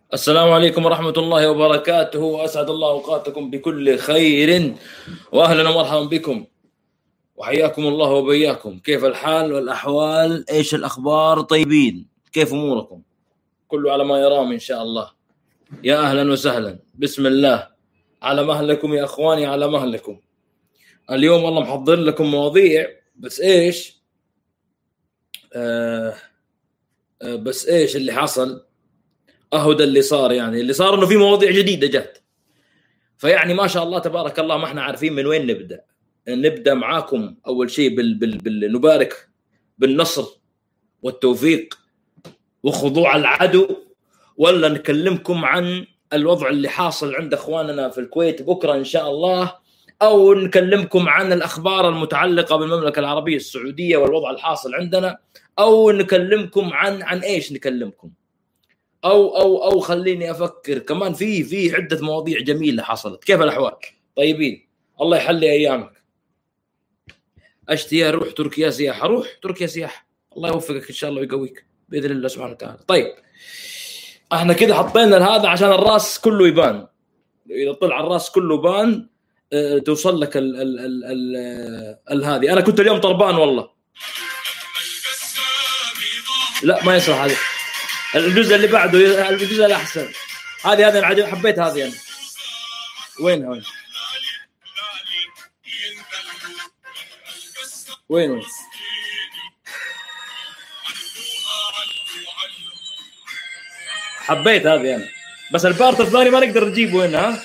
السلام عليكم ورحمة الله وبركاته، وأسعد الله أوقاتكم بكل خير، وأهلا ومرحبا بكم وحياكم الله وبياكم. كيف الحال والأحوال؟ إيش الأخبار؟ طيبين؟ كيف أموركم؟ كله على ما يرام إن شاء الله. يا أهلا وسهلا، بسم الله، على مهلكم يا أخواني، على مهلكم. اليوم والله محضر لكم مواضيع، بس إيش بس إيش اللي حصل؟ ده اللي صار، يعني اللي صار إنه في مواضيع جديدة جت، فيعني ما شاء الله تبارك الله، ما احنا عارفين من وين نبدأ معاكم. أول شيء نبارك بالنصر والتوفيق وخضوع العدو، ولا نكلمكم عن الوضع اللي حاصل عند أخواننا في الكويت بكرة إن شاء الله، أو نكلمكم عن الأخبار المتعلقة بالمملكة العربية السعودية والوضع الحاصل عندنا، أو نكلمكم عن إيش نكلمكم، أو خليني أفكر كمان في عدة مواضيع جميلة حصلت. كيف الأحوال؟ طيبين؟ الله يحلي أيامك. أشتي أروح تركيا سياحة، روح تركيا سياحة، الله يوفقك إن شاء الله ويقويك بإذن الله سبحانه وتعالى. طيب، احنا كده حطينا هذا عشان الراس كله يبان، إذا طلع الراس كله بان توصل لك هذه. أنا كنت اليوم طربان والله. لا ما يصلح هذا الجزء اللي بعده، الجزء الأحسن. هذه أنا حبيت هذه أنا. وين حبيت هذه أنا، بس البارت الثاني ما نقدر نجيبه هنا. ها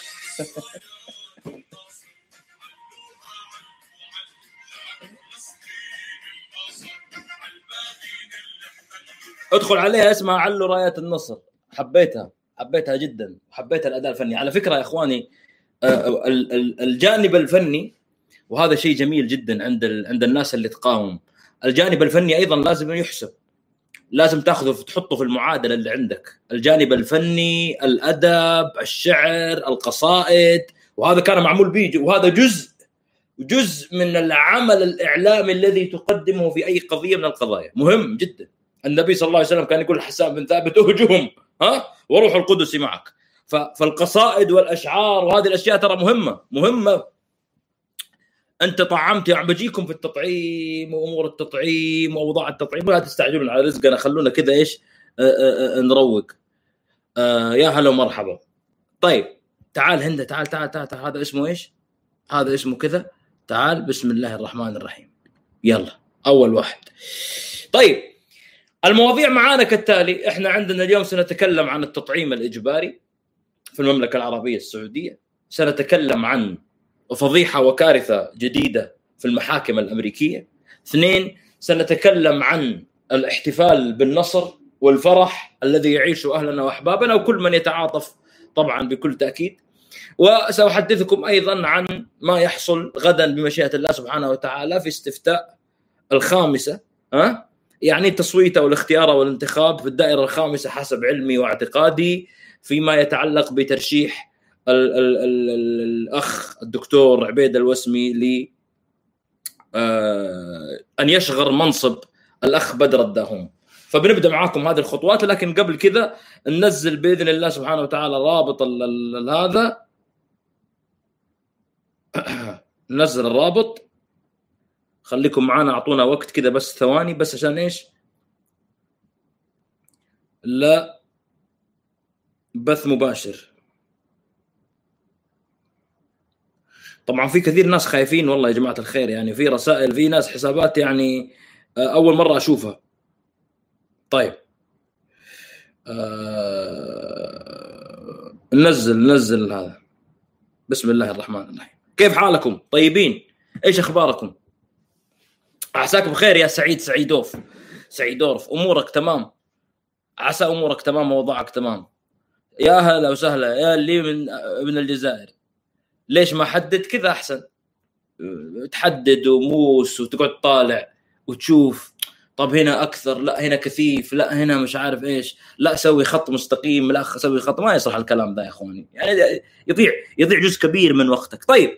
ادخل عليها، اسمها علو رايات النصر. حبيتها جدا، حبيت الأداء الفني. على فكرة يا إخواني، الجانب الفني، وهذا شيء جميل جدا عند الناس اللي تقاوم، الجانب الفني أيضا لازم يحسب، لازم تاخذه تحطه في المعادلة اللي عندك. الجانب الفني، الأدب، الشعر، القصائد، وهذا كان معمول بيه، وهذا جزء من العمل الإعلامي الذي تقدمه في أي قضية من القضايا، مهم جدا. النبي صلى الله عليه وسلم كان يقول حسان بن ثابت: اهجهم وروح القدس معك. فالقصائد والأشعار وهذه الأشياء ترى مهمة. أنت طعمت، يعني بجيكم في التطعيم وأمور التطعيم وأوضاع التطعيم، ولا تستعجلون على رزقنا، خلونا كذا إيش نروق. يا هلا ومرحبا. طيب تعال هند، تعال هذا اسمه إيش؟ هذا اسمه كذا. تعال، بسم الله الرحمن الرحيم. يلا أول واحد. طيب المواضيع معانا كالتالي. احنا عندنا اليوم سنتكلم عن التطعيم الإجباري في المملكة العربية السعودية، سنتكلم عن فضيحة وكارثة جديدة في المحاكم الأمريكية. 2، سنتكلم عن الاحتفال بالنصر والفرح الذي يعيشه أهلنا وأحبابنا وكل من يتعاطف طبعا بكل تأكيد. وسأحدثكم أيضا عن ما يحصل غدا بمشيئة الله سبحانه وتعالى في استفتاء الخامسة، يعني التصويت أو الاختيار أو الانتخاب في الدائرة الخامسة حسب علمي واعتقادي، فيما يتعلق بترشيح الأخ الدكتور عبيد الوسمي أن يشغل منصب الأخ بدر الداهم. فبنبدأ معاكم هذه الخطوات، لكن قبل كذا ننزل بإذن الله سبحانه وتعالى رابط هذا. ننزل الرابط، خليكم معنا، أعطونا وقت كذا بس ثواني، بس عشان إيش؟ لا بث مباشر. طبعا في كثير ناس خايفين والله يا جماعة الخير، يعني في رسائل، في ناس حسابات يعني أول مرة أشوفها. طيب ننزل هذا. بسم الله الرحمن الرحيم. كيف حالكم؟ طيبين؟ إيش أخباركم؟ عساك بخير يا سعيدورف. أمورك تمام؟ عسى أمورك تمام ووضعك تمام. يا هلا وسهلا يا اللي من الجزائر. ليش ما حدد كذا؟ أحسن تحدد وموس وتقعد طالع وتشوف، طب هنا أكثر، لا هنا كثيف، لا هنا مش عارف إيش، لا سوي خط مستقيم، لا سوي خط. ما يصلح الكلام ده يا أخواني، يعني يضيع جزء كبير من وقتك. طيب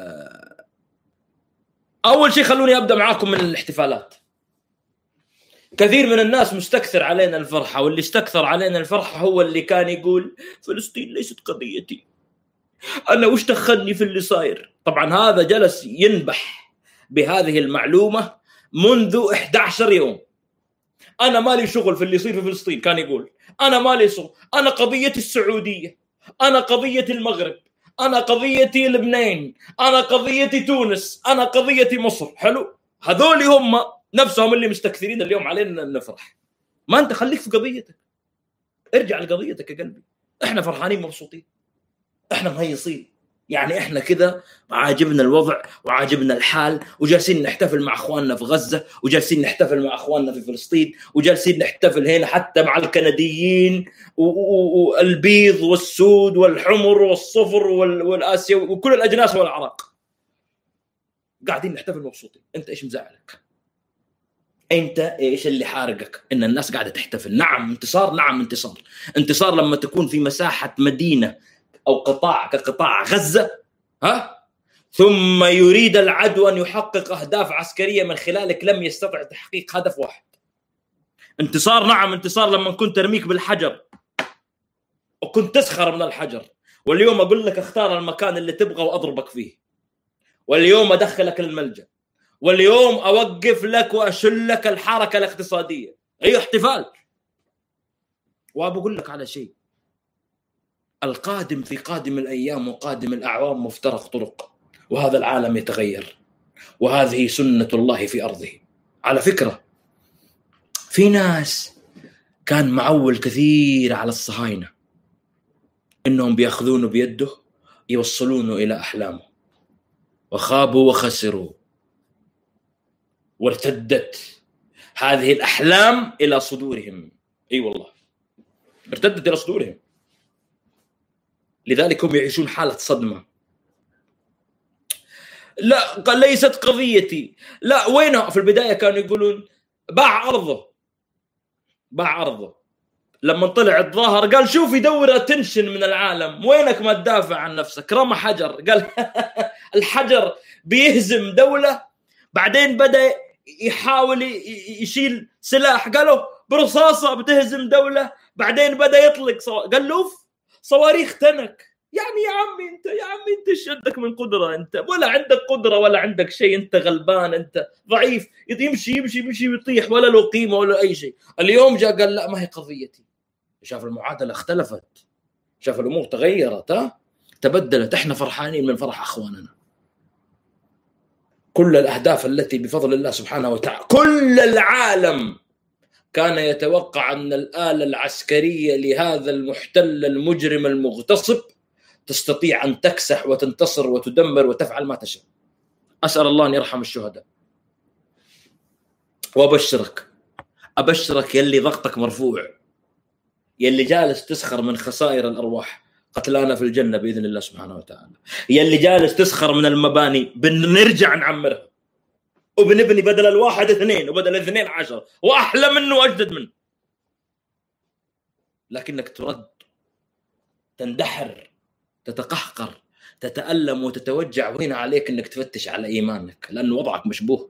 أول شيء خلوني أبدأ معاكم من الاحتفالات. كثير من الناس مستكثر علينا الفرحة، واللي استكثر علينا الفرحة هو اللي كان يقول فلسطين ليست قضيتي، أنا وش دخلني في اللي صاير. طبعا هذا جلس ينبح بهذه المعلومة منذ 11 يوم. أنا مالي شغل في اللي يصير في فلسطين، كان يقول أنا مالي شغل، أنا قضيتي السعودية، أنا قضيتي المغرب، أنا قضيتي لبنان، أنا قضيتي تونس، أنا قضيتي مصر. حلو، هذول هم نفسهم اللي مستكثرين اليوم علينا نفرح. ما أنت خليك في قضيتك، ارجع لقضيتك يا قلبي. إحنا فرحانين مبسوطين، إحنا مهيصين، يعني إحنا كذا عاجبنا الوضع وعاجبنا الحال، وجالسين نحتفل مع أخواننا في غزة، وجالسين نحتفل مع أخواننا في فلسطين، وجالسين نحتفل هنا حتى مع الكنديين والبيض والسود والحمر والصفر والآسيا وكل الأجناس والأعراق، قاعدين نحتفل مبسوطين. أنت إيش مزعلك؟ أنت إيش اللي حارقك؟ إن الناس قاعدة تحتفل. نعم انتصار، نعم انتصار. انتصار لما تكون في مساحة مدينة أو قطاع كقطاع غزة، ثم يريد العدو أن يحقق أهداف عسكرية من خلالك لم يستطع تحقيق هدف واحد. انتصار، نعم انتصار لما كنت ترميك بالحجر وكنت تسخر من الحجر، واليوم أقول لك اختار المكان اللي تبغى وأضربك فيه، واليوم أدخلك للملجأ، واليوم أوقف لك وأشل لك الحركة الاقتصادية. أي احتفال. وأقول لك على شيء، القادم في قادم الأيام وقادم الأعوام مفترق طرق، وهذا العالم يتغير، وهذه سنة الله في أرضه. على فكرة، في ناس كان معول كثير على الصهاينة إنهم بيأخذونه بيده يوصلونه إلى أحلامه، وخابوا وخسروا، وارتدت هذه الأحلام إلى صدورهم. أي والله ارتدت إلى صدورهم، لذلك هم يعيشون حالة صدمة. لا ليست قضيتي، لا وينها؟ في البداية كانوا يقولون باع أرضه، لما طلع الظاهر قال شوف يدور اتنشن من العالم، وينك ما تدافع عن نفسك؟ رمى حجر، قال الحجر بيهزم دولة. بعدين بدأ يحاول يشيل سلاح، قالوا برصاصة بتهزم دولة. بعدين بدأ يطلق قال له صواريخ تنك. يعني يا عمي انت ايش عندك من قدرة؟ انت ولا عندك قدرة ولا عندك شيء، انت غلبان، انت ضعيف، يمشي ويطيح ولا له قيمة ولا اي شيء. اليوم جاء قال لا ما هي قضيتي، شاف المعادلة اختلفت، شاف الامور تغيرت، تبدلت. احنا فرحانين من فرح اخواننا. كل الاهداف التي بفضل الله سبحانه وتعالى كل العالم كان يتوقع أن الآلة العسكرية لهذا المحتل المجرم المغتصب تستطيع أن تكسح وتنتصر وتدمر وتفعل ما تشاء. أسأل الله أن يرحم الشهداء. وأبشرك يلي ضغطك مرفوع، يلي جالس تسخر من خسائر الأرواح، قتلانا في الجنة بإذن الله سبحانه وتعالى. يلي جالس تسخر من المباني، بنرجع نعمرها وبنبني بدل 1 2 وبدل 2 10 وأحلى منه وأجدد منه. لكنك ترد، تندحر، تتقهقر، تتألم وتتوجع، وهنا عليك أنك تفتش على إيمانك، لأن وضعك مشبوه.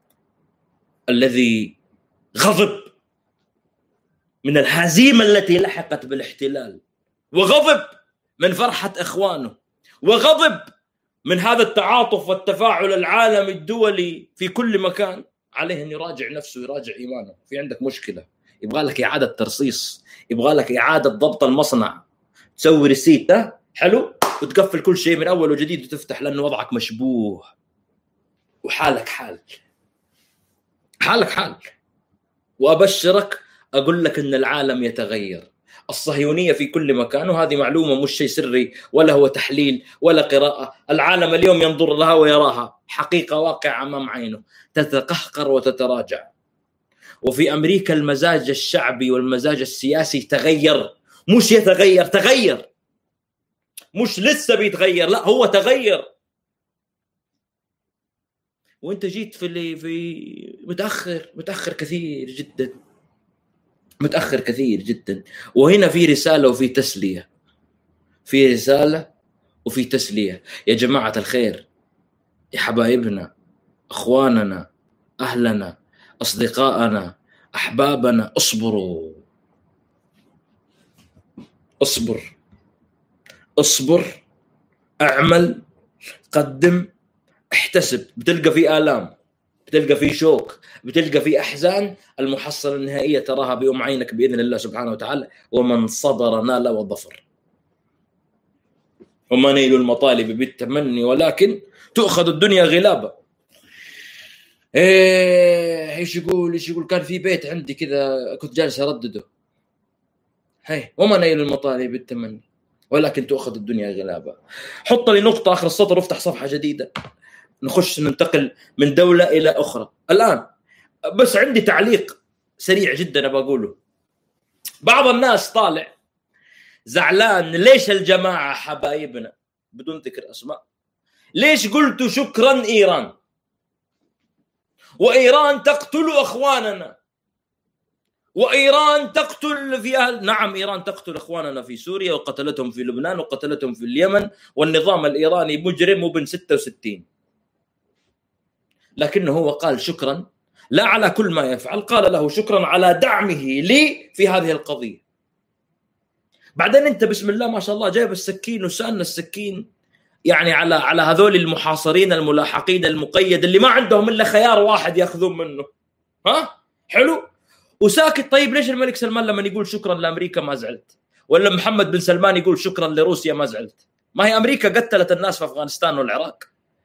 الذي غضب من الهزيمة التي لحقت بالاحتلال، وغضب من فرحة إخوانه، وغضب من هذا التعاطف والتفاعل العالمي الدولي في كل مكان، عليه أن يراجع نفسه، يراجع إيمانه. في عندك مشكلة، يبغى لك إعادة ترصيص، يبغى لك إعادة ضبط المصنع، تسوي ريسيت حلو وتقفل كل شيء من أول وجديد وتفتح، لأنه وضعك مشبوه وحالك حال. وأبشرك، أقول لك أن العالم يتغير. الصهيونية في كل مكان، وهذه معلومة مش شيء سري ولا هو تحليل ولا قراءة. العالم اليوم ينظر لها ويراها حقيقة واقعة أمام عينه، تتقهقر وتتراجع. وفي أمريكا المزاج الشعبي والمزاج السياسي تغير، مش يتغير، تغير، مش لسه بيتغير، لا هو تغير. وانت جيت في متأخر كثير جدا، متأخر كثير جدا. وهنا في رسالة وفي تسلية، في رسالة وفي تسلية. يا جماعة الخير، يا حبايبنا، أخواننا، أهلنا، أصدقائنا، أحبابنا اصبروا، اصبر، اعمل، قدم، احتسب. بتلقى في آلام، بتلقى في شوك، بتلقى في أحزان، المحصلة النهائية تراها بأم عينك بإذن الله سبحانه وتعالى. ومن صبر نال وظفر. وما نيل المطالب بالتمني ولكن تؤخذ الدنيا غلابة. ايش يقول كان في بيت عندي كذا كنت جالس اردده، هي وما نيل المطالب بالتمني ولكن تؤخذ الدنيا غلابة. حط لي نقطة آخر السطر وافتح صفحة جديدة، ننتقل من دولة إلى أخرى. الآن بس عندي تعليق سريع جدا أبغى أقوله. بعض الناس طالع زعلان ليش الجماعة حبايبنا بدون ذكر أسماء ليش قلتوا شكرا إيران، وإيران تقتل أخواننا، وإيران تقتل في أهل. نعم إيران تقتل أخواننا في سوريا وقتلتهم في لبنان وقتلتهم في اليمن، والنظام الإيراني مجرم وبن 66، لكنه هو قال شكرا لا على كل ما يفعل، قال له شكرا على دعمه لي في هذه القضية. بعدين أنت بسم الله ما شاء الله جايب السكين وسألنا السكين يعني على هذول المحاصرين الملاحقين المقيد اللي ما عندهم إلا خيار واحد يأخذون منه. ها حلو وساكت. طيب ليش الملك سلمان لما يقول شكرا لأمريكا ما زعلت، ولا محمد بن سلمان يقول شكرا لروسيا ما زعلت؟ ما هي أمريكا قتلت الناس في أفغانستان والعراق.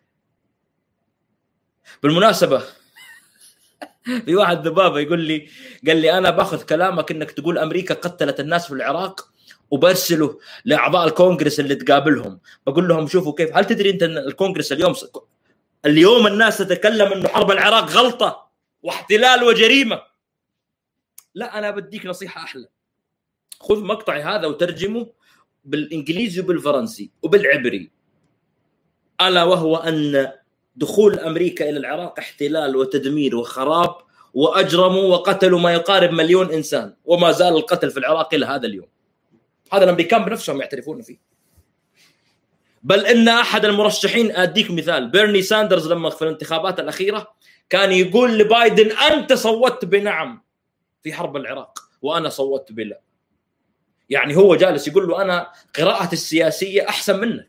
بالمناسبة في واحد ذبابة يقول لي، قال لي أنا باخذ كلامك إنك تقول أمريكا قتلت الناس في العراق وبرسله لأعضاء الكونغرس اللي تقابلهم، بقول لهم شوفوا كيف. هل تدري أنت أن الكونغرس اليوم الناس تتكلم إنه حرب العراق غلطة واحتلال وجريمة؟ لا أنا بديك نصيحة أحلى، خذ مقطعي هذا وترجمه بالإنجليزي وبالفرنسي وبالعبري، ألا وهو أن دخول أمريكا إلى العراق احتلال وتدمير وخراب، وأجرموا وقتلوا ما يقارب 1,000,000 إنسان، وما زال القتل في العراق إلى هذا اليوم. هذا الأمريكان بنفسهم يعترفون فيه. بل إن أحد المرشحين، أديك مثال، بيرني ساندرز لما في الانتخابات الأخيرة كان يقول لبايدن أنت صوتت بنعم في حرب العراق وأنا صوتت بلا. يعني هو جالس يقول له أنا قراءة السياسية أحسن منك،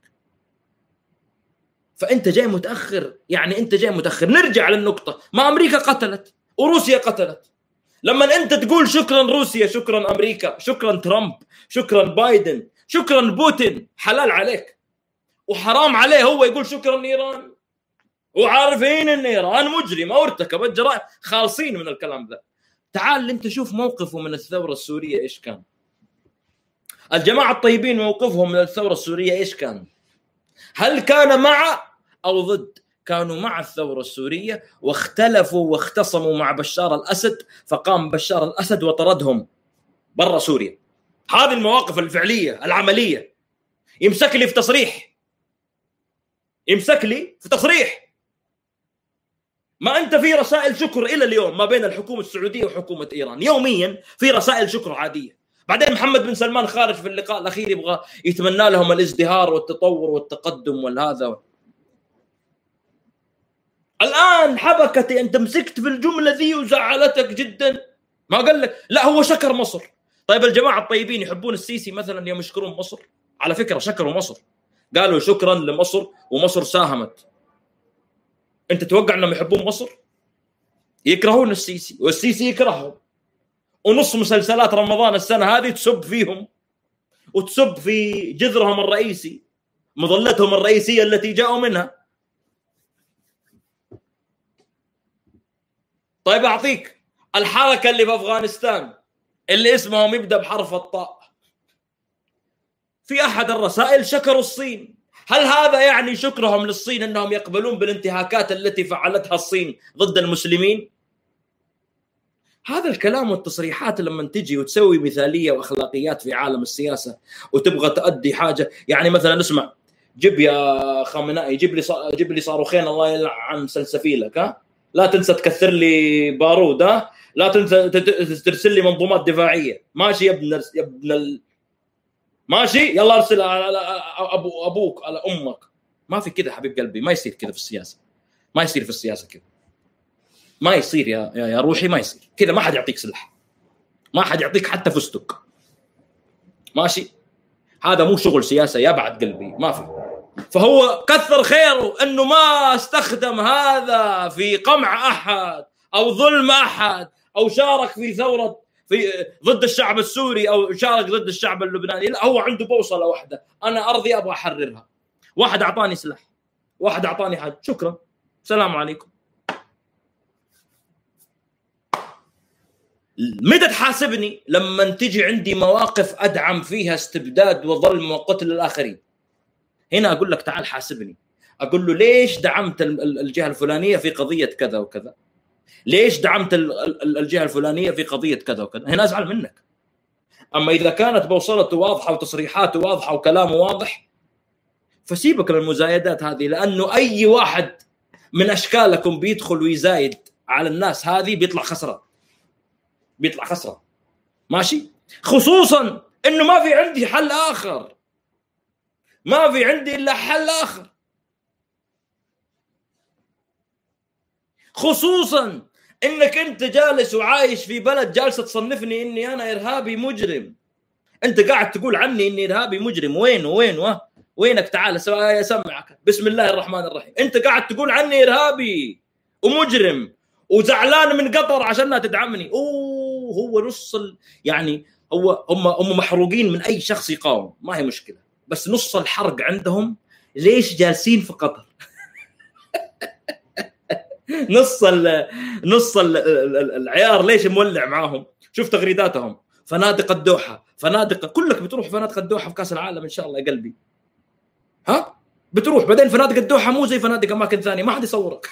فأنت جاي متأخر. يعني أنت جاي متأخر. نرجع للنقطة، ما أمريكا قتلت وروسيا قتلت. لما أنت تقول شكرا روسيا، شكرا أمريكا، شكرا ترامب، شكرا بايدن، شكرا بوتين، حلال عليك وحرام عليه هو يقول شكرا إيران، وعارفين أن إيران مجرمة وارتكبت جرائم، خالصين من الكلام ذا. تعال أنت شوف موقفه من الثورة السورية إيش كان. الجماعة الطيبين موقفهم من الثورة السورية إيش كان؟ هل كان مع أو ضد؟ كانوا مع الثورة السورية، واختلفوا واختصموا مع بشار الأسد، فقام بشار الأسد وطردهم برا سوريا. هذه المواقف الفعلية العملية. يمسك لي في تصريح ما أنت في رسائل شكر إلى اليوم ما بين الحكومة السعودية وحكومة إيران، يوميا في رسائل شكر عادية. بعدين محمد بن سلمان خارج في اللقاء الأخير يبغى يتمنى لهم الازدهار والتطور والتقدم والهذا. الآن حبكت، أنت مسكت في الجملة ذي وزعلتك جدا. ما قال لك لا هو شكر مصر. طيب الجماعة الطيبين يحبون السيسي مثلا يوم يشكرون مصر؟ على فكرة شكروا مصر، قالوا شكرا لمصر ومصر ساهمت. أنت توقع أنهم يحبون مصر؟ يكرهون السيسي والسيسي يكرههم، ونص مسلسلات رمضان السنة هذه تسب فيهم وتسب في جذرهم الرئيسي، مظلتهم الرئيسية التي جاءوا منها. طيب أعطيك الحركة اللي في أفغانستان اللي اسمهم يبدأ بحرف الطاء، في أحد الرسائل شكروا الصين. هل هذا يعني شكرهم للصين أنهم يقبلون بالانتهاكات التي فعلتها الصين ضد المسلمين؟ هذا الكلام والتصريحات لما تجي وتسوي مثالية وأخلاقيات في عالم السياسة وتبغى تؤدي حاجة، يعني مثلا نسمع جيب يا خامنائي جيب لي صاروخين الله يلعن سلسفيلك، ها لا تنسى تكثر لي بارود، ها لا تنسى ترسل لي منظومات دفاعية. ماشي يا ابن ماشي يلا ارسل على أبوك على أمك. ما في كذا حبيب قلبي، ما يصير كذا في السياسة، ما يصير في السياسة كذا. ما يصير يا روحي، ما يصير كذا. ما حد يعطيك سلاح، ما حد يعطيك حتى فستق، ماشي؟ هذا مو شغل سياسة يا بعد قلبي، ما في. فهو كثر خيره انه ما استخدم هذا في قمع احد او ظلم احد او شارك في ثورة في ضد الشعب السوري او شارك ضد الشعب اللبناني. لا، هو عنده بوصلة واحدة، انا ارضي ابغى احررها. واحد اعطاني سلاح، واحد اعطاني حاجة، شكرا، سلام عليكم. متى تحاسبني؟ لما تجي عندي مواقف ادعم فيها استبداد وظلم وقتل الاخرين. هنا اقول لك تعال حاسبني، اقول له ليش دعمت الجهه الفلانيه في قضيه كذا وكذا، ليش دعمت الجهه الفلانيه في قضيه كذا وكذا. هنا ازعل منك. اما اذا كانت بوصلته واضحه وتصريحاته واضحه وكلامه واضح، فسيبك من المزايدات هذه، لانه اي واحد من اشكالكم بيدخل ويزايد على الناس هذه بيطلع خسران، بيطلع خسران، ماشي؟ خصوصا انه ما في عندي حل اخر، ما في عندي الا حل اخر. خصوصا انك انت جالس وعايش في بلد جالسه تصنفني اني انا ارهابي مجرم. انت قاعد تقول عني اني ارهابي مجرم. وينك؟ تعال اسمعك. بسم الله الرحمن الرحيم. انت قاعد تقول عني ارهابي ومجرم وزعلان من قطر عشانها تدعمني. هو نص يعني هم محروقين من اي شخص يقاوم، ما هي مشكله، بس نص الحرق عندهم ليش جالسين في قطر. نص العيار ليش مولع معاهم. شوف تغريداتهم، فنادق الدوحه، فنادق، كلك بتروح فنادق الدوحه في كاس العالم ان شاء الله يا قلبي، ها بتروح. بعدين فنادق الدوحه مو زي فنادق اماكن ثانيه، ما حد يصورك.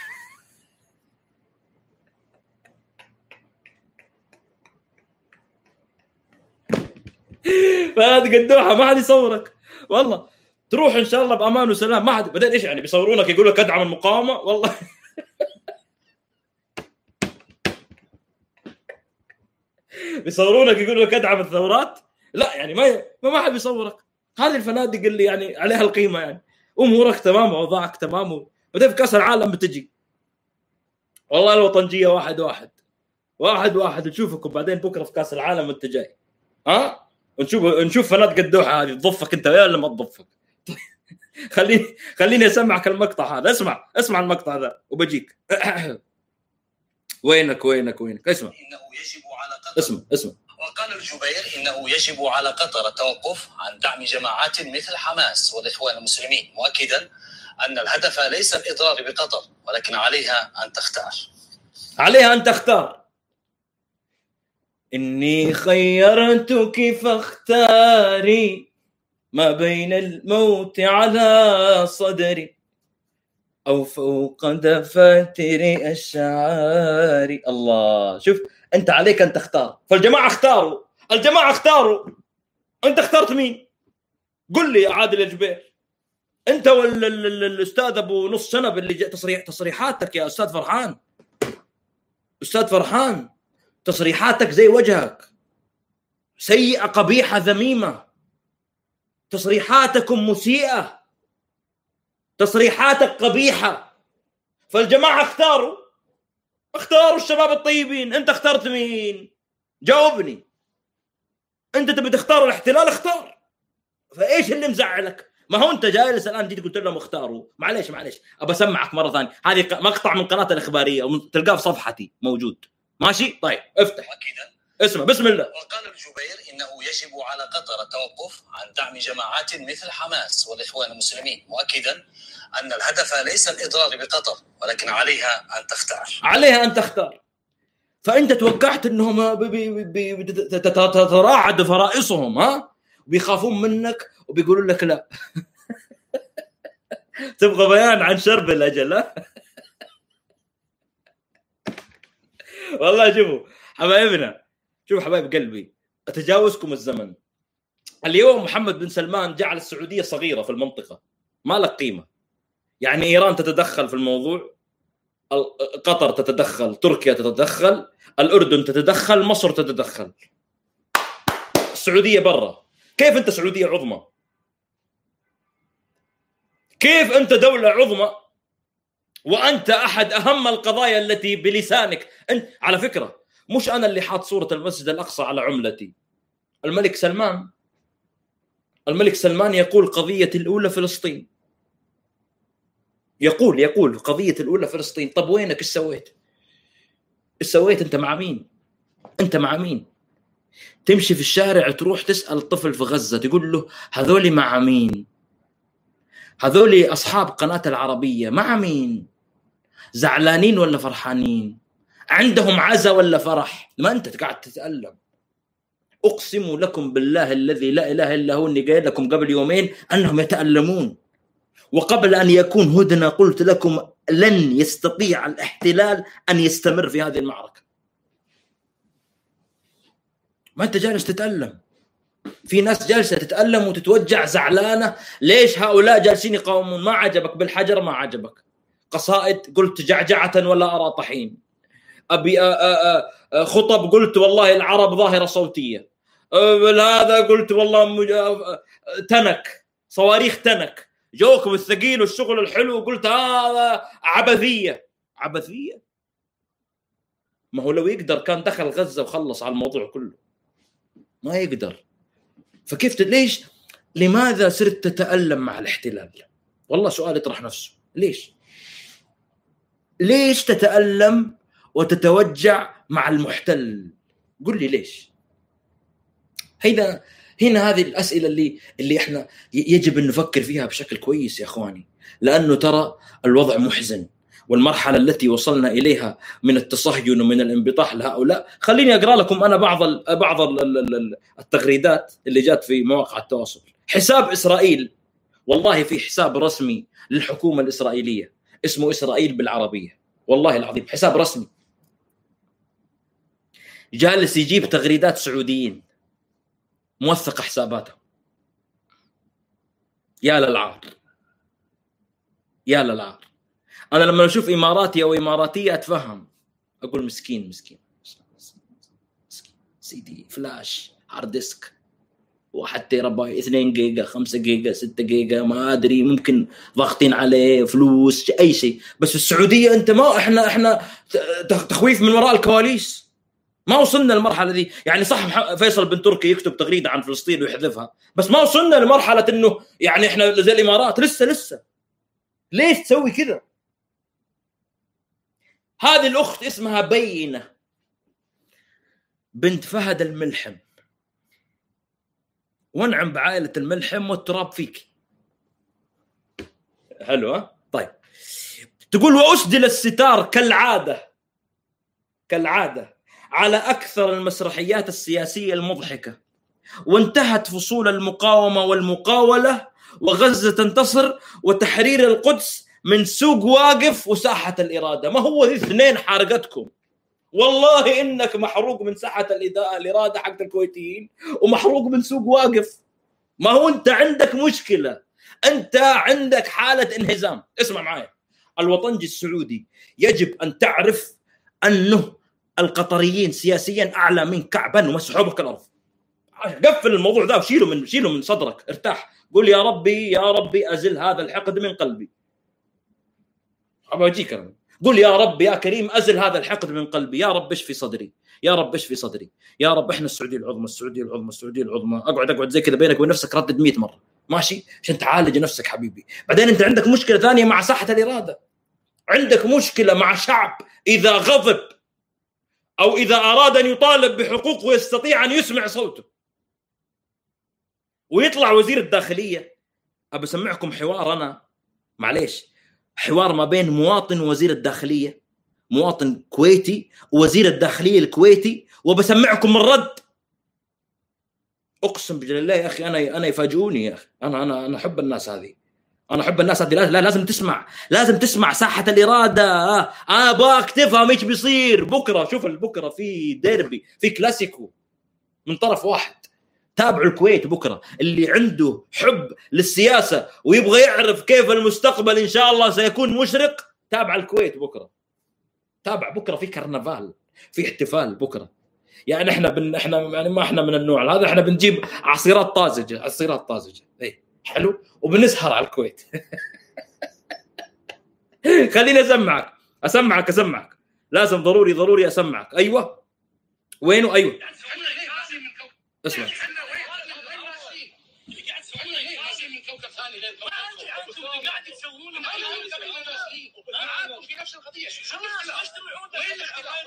فنادق الدوحه ما حد يصورك والله. تروح ان شاء الله بامان وسلام، ما حد. بعدين ايش يعني بيصورونك يقول لك ادعم المقاومه والله. بيصورونك يقول لك ادعم الثورات. لا يعني ما حد بيصورك. هذه الفنادق اللي يعني عليها القيمه، يعني امورك تمام ووضعك تمام. بعدين في كاس العالم بتجي والله الوطنجيه واحد نشوفكم بعدين بكره في كاس العالم وانت جاي، ها نشوف فنادق الدوحه هذه تضفك انت ولا ما تضفك. خليني اسمعك المقطع هذا. اسمع المقطع هذا وبجيك. وينك اسمع. انه يجب على قطر اسمع. وقال الجبير انه يجب على قطر التوقف عن دعم جماعات مثل حماس والاخوان المسلمين، مؤكدا ان الهدف ليس الاضرار بقطر ولكن عليها ان تختار. إني خيرتك فاختاري ما بين الموت على صدري أو فوق دفاتر الشعار. الله، شوف أنت عليك أن تختار. فالجماعة اختاروا. أنت اخترت مين؟ قل لي يا عادل يا جبير، أنت ولا الأستاذ أبو نص سنة اللي تصريحاتك يا أستاذ فرحان تصريحاتك زي وجهك، سيئة قبيحة ذميمة. تصريحاتكم مسيئة، تصريحاتك قبيحة. فالجماعة اختاروا الشباب الطيبين. انت اخترت مين؟ جاوبني. انت تبي تختار الاحتلال، اختار. فايش اللي مزعلك؟ ما هو انت جالس الان جيت قلت لهم اختاروا. معليش ابى اسمعك مرة ثانية. هذه مقطع من قناة الإخبارية تلقاه في صفحتي موجود، ماشي؟ طيب افتح اسمع. بسم الله. وقال الجبير انه يجب على قطر التوقف عن دعم جماعات مثل حماس والاخوان المسلمين، مؤكدا ان الهدف ليس الاضرار بقطر ولكن عليها ان تختار. فانت توقعت انهم تتراعد فرائصهم، ها، بيخافون منك وبيقولون لك لا. تبغى بيان عن شرب الاجل، ها؟ والله شوفوا حبايبنا، شوف حبايب قلبي، أتجاوزكم الزمن. اليوم محمد بن سلمان جعل السعودية صغيرة في المنطقة، ما لك قيمة. يعني إيران تتدخل في الموضوع، قطر تتدخل، تركيا تتدخل، الأردن تتدخل، مصر تتدخل، السعودية برا. كيف أنت سعودية عظمى؟ كيف أنت دولة عظمى وأنت أحد أهم القضايا التي بلسانك. أنت على فكرة مش أنا اللي حاط صورة المسجد الأقصى على عملتي. الملك سلمان يقول قضية الأولى فلسطين، يقول قضية الأولى فلسطين. طب وينك؟ إيش سويت؟ أنت مع مين؟ تمشي في الشارع تروح تسأل طفل في غزة تقول له هذولي مع مين؟ هذولي أصحاب قناة العربية مع مين؟ زعلانين ولا فرحانين؟ عندهم عزا ولا فرح؟ ما أنت قاعد تتألم. أقسم لكم بالله الذي لا إله إلا هو إني قايل لكم قبل يومين أنهم يتألمون. وقبل أن يكون هدنة قلت لكم لن يستطيع الاحتلال أن يستمر في هذه المعركة. ما أنت جالس تتألم. في ناس جالسة تتألم وتتوجع زعلانة. ليش هؤلاء جالسين يقاومون؟ ما عجبك بالحجر، ما عجبك قصائد قلت جعجعة ولا أرى طحين. أبي خطب قلت والله العرب ظاهرة صوتية. هذا قلت والله تنك صواريخ تنك. جوكم الثقيل والشغل الحلو قلت هذا عبثية. ما هو لو يقدر كان دخل غزة وخلص على الموضوع كله. ما يقدر. فكيف ليش؟ لماذا صرت تتألم مع الاحتلال؟ والله سؤال يطرح نفسه. ليش تتألم وتتوجع مع المحتل؟ قل لي ليش؟ هنا هذه الأسئلة اللي احنا يجب أن نفكر فيها بشكل كويس يا أخواني، لأنه ترى الوضع محزن، والمرحلة التي وصلنا إليها من التصهين ومن الانبطاح لهؤلاء. خليني أقرأ لكم أنا بعض التغريدات اللي جات في مواقع التواصل. حساب إسرائيل، والله في حساب رسمي للحكومة الإسرائيلية اسمه إسرائيل بالعربية، والله العظيم حساب رسمي جالس يجيب تغريدات سعوديين موثق حساباتهم. يا للعار. أنا لما أشوف إماراتي أو إماراتية أتفهم، أقول مسكين سيدي، فلاش هارد ديسك 1 تيرا بايت 2 جيجا 5 جيجا 6 جيجا ما أدري، ممكن ضاغطين عليه فلوس أي شيء. بس السعودية أنت ما إحنا تخويف من وراء الكواليس. ما وصلنا للمرحلة دي. يعني صح فيصل بن تركي يكتب تغريدة عن فلسطين ويحذفها، بس ما وصلنا لمرحلة إنه يعني إحنا زي الإمارات لسه. ليش تسوي كذا؟ هذه الأخت اسمها بينة بنت فهد الملحم، وانعم بعائلة الملحم والتراب فيك. حلو ها؟ طيب تقول وأسدل الستار كالعادة على أكثر المسرحيات السياسية المضحكة، وانتهت فصول المقاومة والمقاولة، وغزة تنتصر، وتحرير القدس من سوق واقف وساحة الإرادة. ما هو ذي اثنين حارقتكم؟ والله إنك محروق من ساحة الإرادة حق الكويتيين، ومحروق من سوق واقف. ما هو أنت عندك مشكلة، أنت عندك حالة انهزام. اسمع معايا، الوطنجي السعودي يجب أن تعرف أنه القطريين سياسيا أعلى من كعبا ومسحوبك الأرض. قفل الموضوع ده وشيله من صدرك، ارتاح، قول يا ربي أزل هذا الحقد من قلبي. أبغى أجيك أنا. قل يا رب يا كريم أزل هذا الحقد من قلبي. يا رب اشفي صدري، يا رب اشفي صدري، يا رب احنا السعودية العظمى. اقعد زي كذا بينك وبين نفسك ردد 100 مرة ماشي عشان تعالج نفسك حبيبي. بعدين انت عندك مشكلة ثانية مع ساحة الإرادة، عندك مشكلة مع شعب إذا غضب أو إذا أراد أن يطالب بحقوقه يستطيع أن يسمع صوته. ويطلع وزير الداخلية، أبى أسمعكم حوار أنا معليش، حوار ما بين مواطن ووزير الداخلية، مواطن كويتي ووزير الداخلية الكويتي، وبسمعكم الرد. أقسم بالله يا أخي أنا يفاجئوني يا أخي. أنا أحب الناس هذه، لا لازم تسمع ساحة الإرادة. باك تفهم إيش بيصير بكرة. شوف بكرة في ديربي، في كلاسيكو من طرف واحد. تابعوا الكويت بكرة، اللي عنده حب للسياسة ويبغى يعرف كيف المستقبل إن شاء الله سيكون مشرق، تابع الكويت بكرة. تابع بكرة في كرنفال، في احتفال بكرة. يعني احنا يعني ما احنا من النوع هذا، احنا بنجيب عصيرات طازجة ايه حلو، وبنسهر على الكويت. خليني اسمعك لازم ضروري اسمعك. ايوه وينه؟ ايوه اسمع. في نفس القضيه وين الاختلاف؟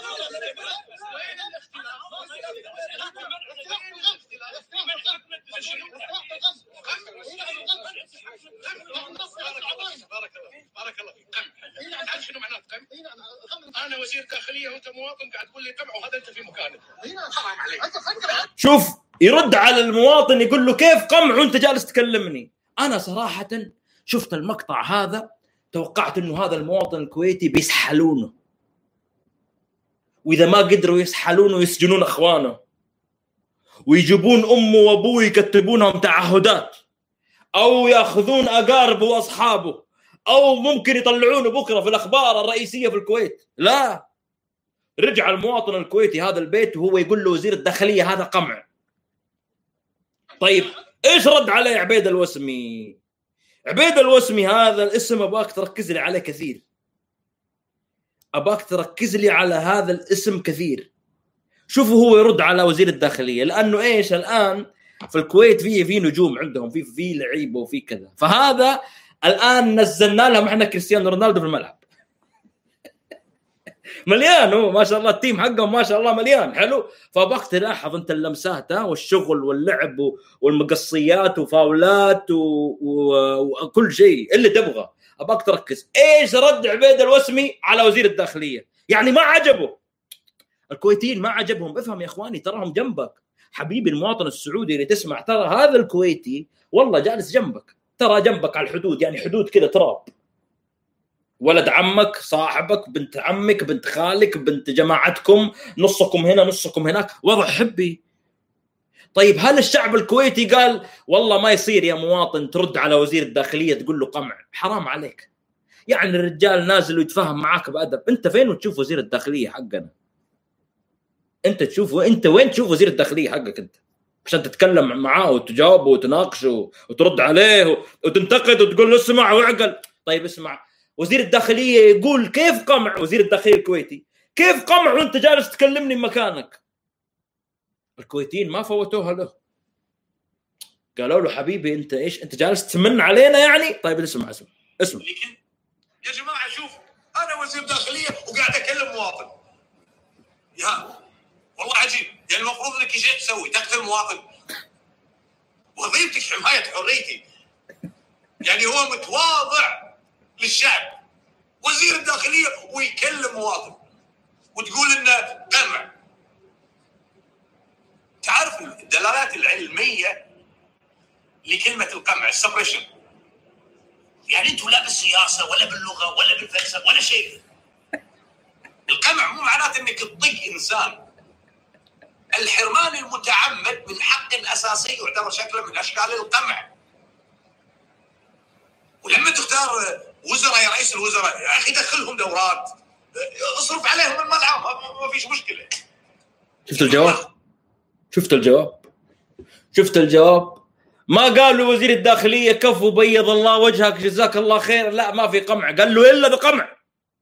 بارك الله فيك. تعرف شنو معناته قمع؟ انا وزير داخليه وانت مواطن قاعد تقول لي قمع وهذا انت في مكانك. حرام عليك. شوف يرد على المواطن يقول له كيف قمع وانت جالس تكلمني. انا صراحه شفت المقطع هذا توقعت انه هذا المواطن الكويتي بيسحلونه، واذا ما قدروا يسحلونه يسجنون اخوانه ويجيبون امه وابوه يكتبونهم تعهدات او ياخذون اقاربه واصحابه او ممكن يطلعونه بكره في الاخبار الرئيسيه في الكويت. لا، رجع المواطن الكويتي هذا البيت وهو يقول له وزير الداخليه هذا قمع. طيب ايش رد عليه عبيد الوسمي؟ عبيد الوسمي هذا الاسم اباك تركز لي عليه كثير، اباك تركز لي على هذا الاسم كثير. شوفوا هو يرد على وزير الداخليه، لانه ايش الان في الكويت في نجوم عندهم، في لعيبه وفي كذا، فهذا الان نزلنا لهم احنا كريستيانو رونالدو في الملعب. مليان هو ما شاء الله، التيم حقهم ما شاء الله مليان حلو. فباك تلاحظ انت اللمسات والشغل واللعب والمقصيات وفاولات وكل شيء اللي تبغى. اباك تركز ايش رد عبيد الوسمي على وزير الداخليه. يعني ما عجبه الكويتيين، ما عجبهم. افهم يا اخواني، تراهم جنبك حبيبي المواطن السعودي اللي تسمع، ترى هذا الكويتي والله جالس جنبك، ترى جنبك على الحدود، يعني حدود كذا تراب، ولد عمك صاحبك بنت عمك بنت خالك بنت جماعتكم، نصكم هنا نصكم هناك، وضع حبي. طيب هل الشعب الكويتي قال والله ما يصير يا مواطن ترد على وزير الداخليه تقول له قمع؟ حرام عليك. يعني الرجال نازل ويتفاهم معاك بأدب. انت فين وتشوف وزير الداخليه حقنا؟ انت تشوفه، انت وين تشوف وزير الداخليه حقك انت عشان تتكلم معاه وتجاوبه وتناقشه وترد عليه وتنتقد وتقول له اسمع واعقل؟ طيب اسمع، وزير الداخليه يقول كيف قمع، وزير الداخليه الكويتي كيف قمع وانت جالس تكلمني مكانك؟ الكويتيين ما فوتوها له، قالوا له حبيبي انت ايش، انت جالس تمن علينا يعني؟ طيب اسمع. لكن يا جماعه شوف، انا وزير داخليه وقاعد اكلم مواطن، يا والله عجيب. يعني المفروض انك ايش تسوي؟ تقتل مواطن؟ وظيفتك حمايه حريتي. يعني هو متواضع للشعب وزير الداخليه ويكلم مواطن وتقول انه قمع. تعرف الدلالات العلميه لكلمه القمع السبريشن؟ يعني انتم لا بالسياسه ولا باللغه ولا بالفلسفه ولا شيء. القمع مو معناته انك تطق انسان. الحرمان المتعمد من حق اساسي يعتبر شكل من اشكال القمع. ولما تختار وزراء يا رئيس الوزراء يا اخي دخلهم دورات، اصرف عليهم الملعب، ما فيش مشكله. شفت الجواب؟ ما قال له وزير الداخليه كفو بيض الله وجهك جزاك الله خير، لا ما في قمع، قال له الا بقمع.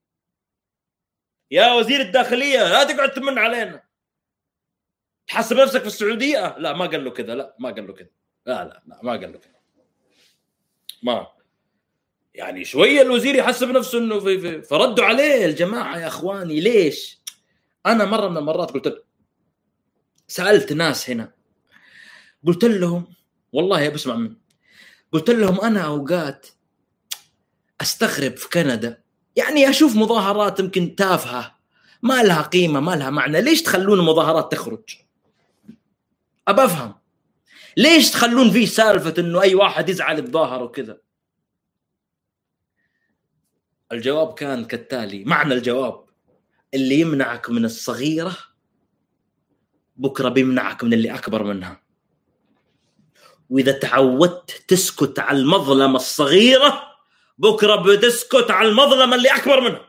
يا وزير الداخليه لا تقعد تمن علينا، تحسب نفسك في السعوديه. لا ما قال له كذا، لا ما قال له كذا، لا ما قال له كذا. ما يعني شويه الوزير يحسب نفسه انه في فردوا عليه الجماعه. يا اخواني ليش؟ انا مره من المرات قلت، سالت ناس هنا قلت لهم والله يا بسمع مني، قلت لهم انا اوقات استغرب في كندا، يعني اشوف مظاهرات يمكن تافهه ما لها قيمه ما لها معنى، ليش تخلون المظاهرات تخرج؟ ابى افهم ليش تخلون فيه سالفه انه اي واحد يزعل يتظاهر وكذا. الجواب كان كالتالي، معنى الجواب اللي يمنعك من الصغيره بكره بيمنعك من اللي اكبر منها، واذا تعودت تسكت على المظلمه الصغيره بكره بتسكت على المظلمه اللي اكبر منها.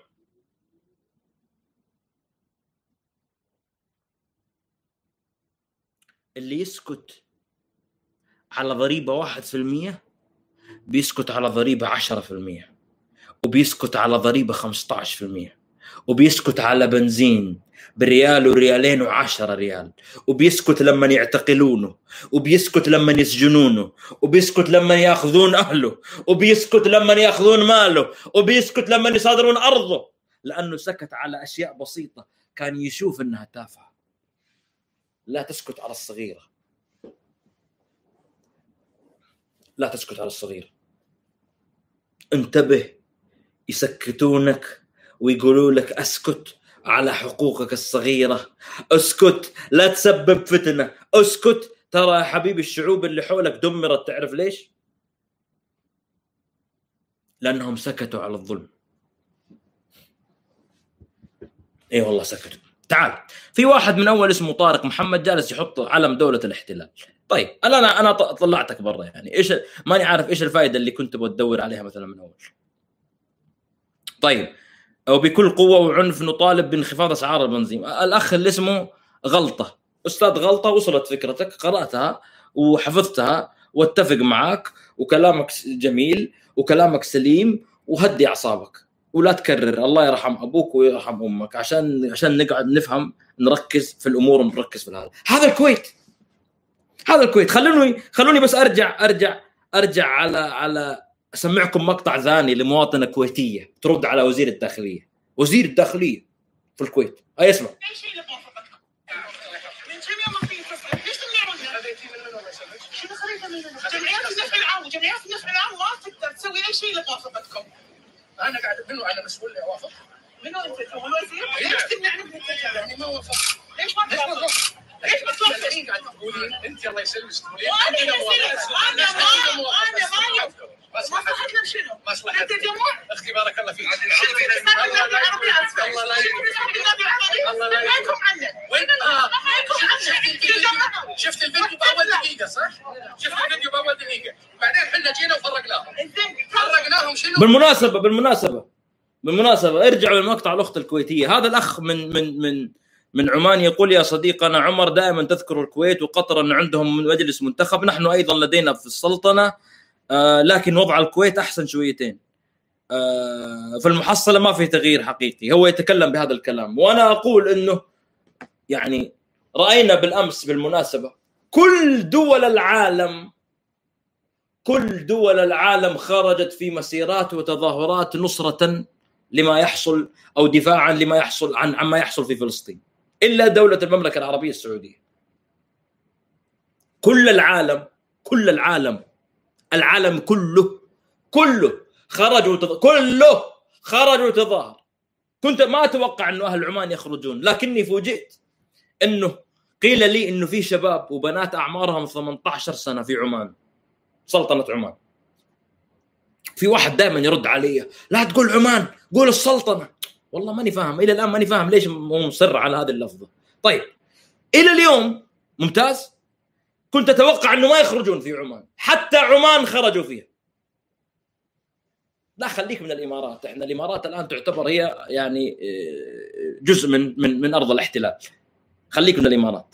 اللي يسكت على ضريبه 1% بيسكت على ضريبه 10%، وبيسكت على ضريبة 15%، وبيسكت على بنزين بريال وريالين و10 ريال، وبيسكت لما يعتقلونه، وبيسكت لما يسجنونه، وبيسكت لما ياخذون أهله، وبيسكت لما ياخذون ماله، وبيسكت لما يصادرون أرضه، لأنه سكت على أشياء بسيطة كان يشوف أنها تافهة. لا تسكت على الصغيرة، لا تسكت على الصغيرة. انتبه، يسكتونك ويقولوا لك اسكت على حقوقك الصغيرة، اسكت لا تسبب فتنة، اسكت. ترى يا حبيبي الشعوب اللي حولك دمرت، تعرف ليش؟ لأنهم سكتوا على الظلم. ايه والله سكتوا. تعال، في واحد من أول اسمه طارق محمد جالس يحط علم دولة الاحتلال. طيب أنا طلعتك برا، يعني إيش ماني عارف إيش الفائدة اللي كنت بدور عليها مثلا من أول. طيب، وبكل قوة وعنف نطالب بانخفاض أسعار البنزين. الأخ اللي اسمه غلطة، أستاذ غلطة، وصلت فكرتك، قرأتها وحفظتها واتفق معك، وكلامك جميل وكلامك سليم، وهدي أعصابك ولا تكرر. الله يرحم أبوك ويرحم أمك، عشان نقعد نفهم، نركز في الأمور ونركز في هذا الكويت. هذا الكويت. خلوني بس أرجع على أسمعكم مقطع ثاني لمواطنة كويتية ترد على وزير الداخلية في الكويت. أي اسمع. أي شيء لموافقتكم من كم يوم في تصريح، ليش تمنعونها؟ هذيتي من شنو خليتها من جمعيات النفع العام، وجمعيات النفع العام ما تقدر تسوي أي شيء لموافقتكم. أنا قاعد أنا مسؤول أوافق. منو أنت؟ هو الوزير؟ ليش تمنعني من التجارة؟ يعني ما وافق. ليش ما توافق؟ ليش ما توافق؟ قاعد تقولين أنت الله يسلمك تقولين أنا ما مصلحتنا شنو؟ مصلحة الجمهور. اختي بارك الله فيك. الله لا يعينكم عنا. وين شفت الفيديو بأول دقيقة صح؟ شفت الفيديو بأول دقيقة، بعدين احنا جينا وفرقناهم. شنو؟ بالمناسبة ارجعوا لمقطع الأخت الكويتية. هذا الأخ من عمان يقول: يا صديقنا عمر، دائما تذكر الكويت وقطر أن عندهم مجلس منتخب، نحن أيضا لدينا في السلطنة، لكن وضع الكويت أحسن شويتين، في المحصلة ما في تغيير حقيقي. هو يتكلم بهذا الكلام، وأنا أقول أنه يعني رأينا بالأمس بالمناسبة كل دول العالم خرجت في مسيرات وتظاهرات نصرة لما يحصل أو دفاعا لما يحصل عما يحصل في فلسطين، إلا دولة المملكة العربية السعودية. كل العالم كله خرجوا تظاهر. كنت ما أتوقع أنه أهل عمان يخرجون، لكني فوجئت أنه قيل لي أنه في شباب وبنات أعمارهم 18 سنة في عمان، سلطنة عمان. في واحد دائما يرد علي: لا تقول عمان، قول السلطنة. والله ماني فاهم، إلى الآن ماني فاهم ليش مصر على هذه اللفظة. طيب، إلى اليوم ممتاز، كنت أتوقع أنه ما يخرجون في عمان، حتى عمان خرجوا فيها. لا خليك من الإمارات، إحنا الإمارات الآن تعتبر هي يعني جزء من أرض الاحتلال. خليك من الإمارات،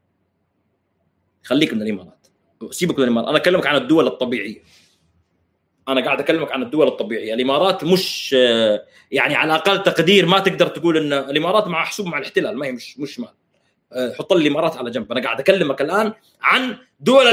سيبك من الإمارات. أنا أكلمك عن الدول الطبيعية، أنا قاعد أكلمك عن الدول الطبيعية. الإمارات مش يعني على أقل تقدير ما تقدر تقول إن الإمارات مع حسوب مع الاحتلال، ما هي مش مال. حط لي الإمارات على جنب. أنا قاعد أكلمك الآن عن دول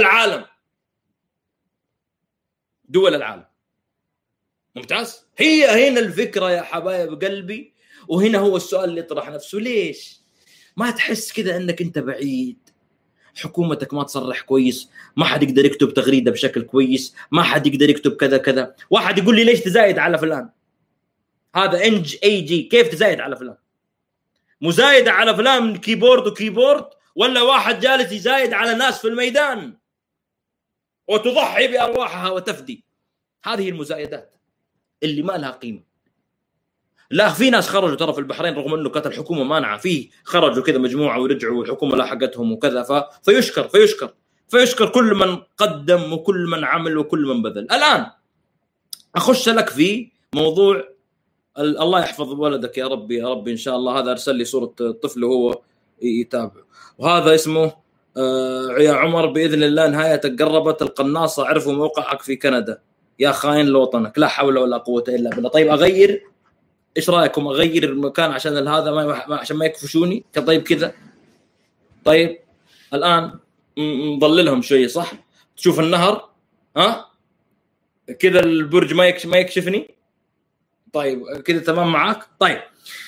العالم. ممتاز. هي هنا الفكرة يا حبايب قلبي، وهنا هو السؤال اللي يطرح نفسه: ليش ما تحس كذا أنك أنت بعيد؟ حكومتك ما تصرح كويس، ما حد يقدر يكتب تغريدة بشكل كويس، ما حد يقدر يكتب كذا. واحد يقول لي: ليش تزايد على فلان؟ هذا NG كيف تزايد على فلان؟ مزايدة على فلان من كيبورد ولا واحد جالس يزايد على ناس في الميدان وتضحي بأرواحها وتفدي؟ هذه المزايدات اللي ما لها قيمة. لا، في ناس خرجوا ترى في البحرين رغم أنه كانت الحكومة مانعة، فيه خرجوا كذا مجموعة ورجعوا والحكومة لاحقتهم وكذا، فيشكر كل من قدم وكل من عمل وكل من بذل. الآن أخش لك في موضوع الله يحفظ ولدك يا ربي إن شاء الله. هذا أرسل لي صورة طفل وهو يتابع، وهذا اسمه يا عمر بإذن الله نهايتك قربت، القناصة عرفوا موقعك في كندا. يا خاين لوطنك، لا حول ولا قوة إلا بالله. طيب أغير، إيش رأيكم أغير المكان عشان هذا عشان ما يكفشوني؟ طيب كذا، طيب الآن نضللهم شوية صح؟ تشوف النهر ها كذا، البرج ما يكشفني. طيب كذا تمام معاك؟ طيب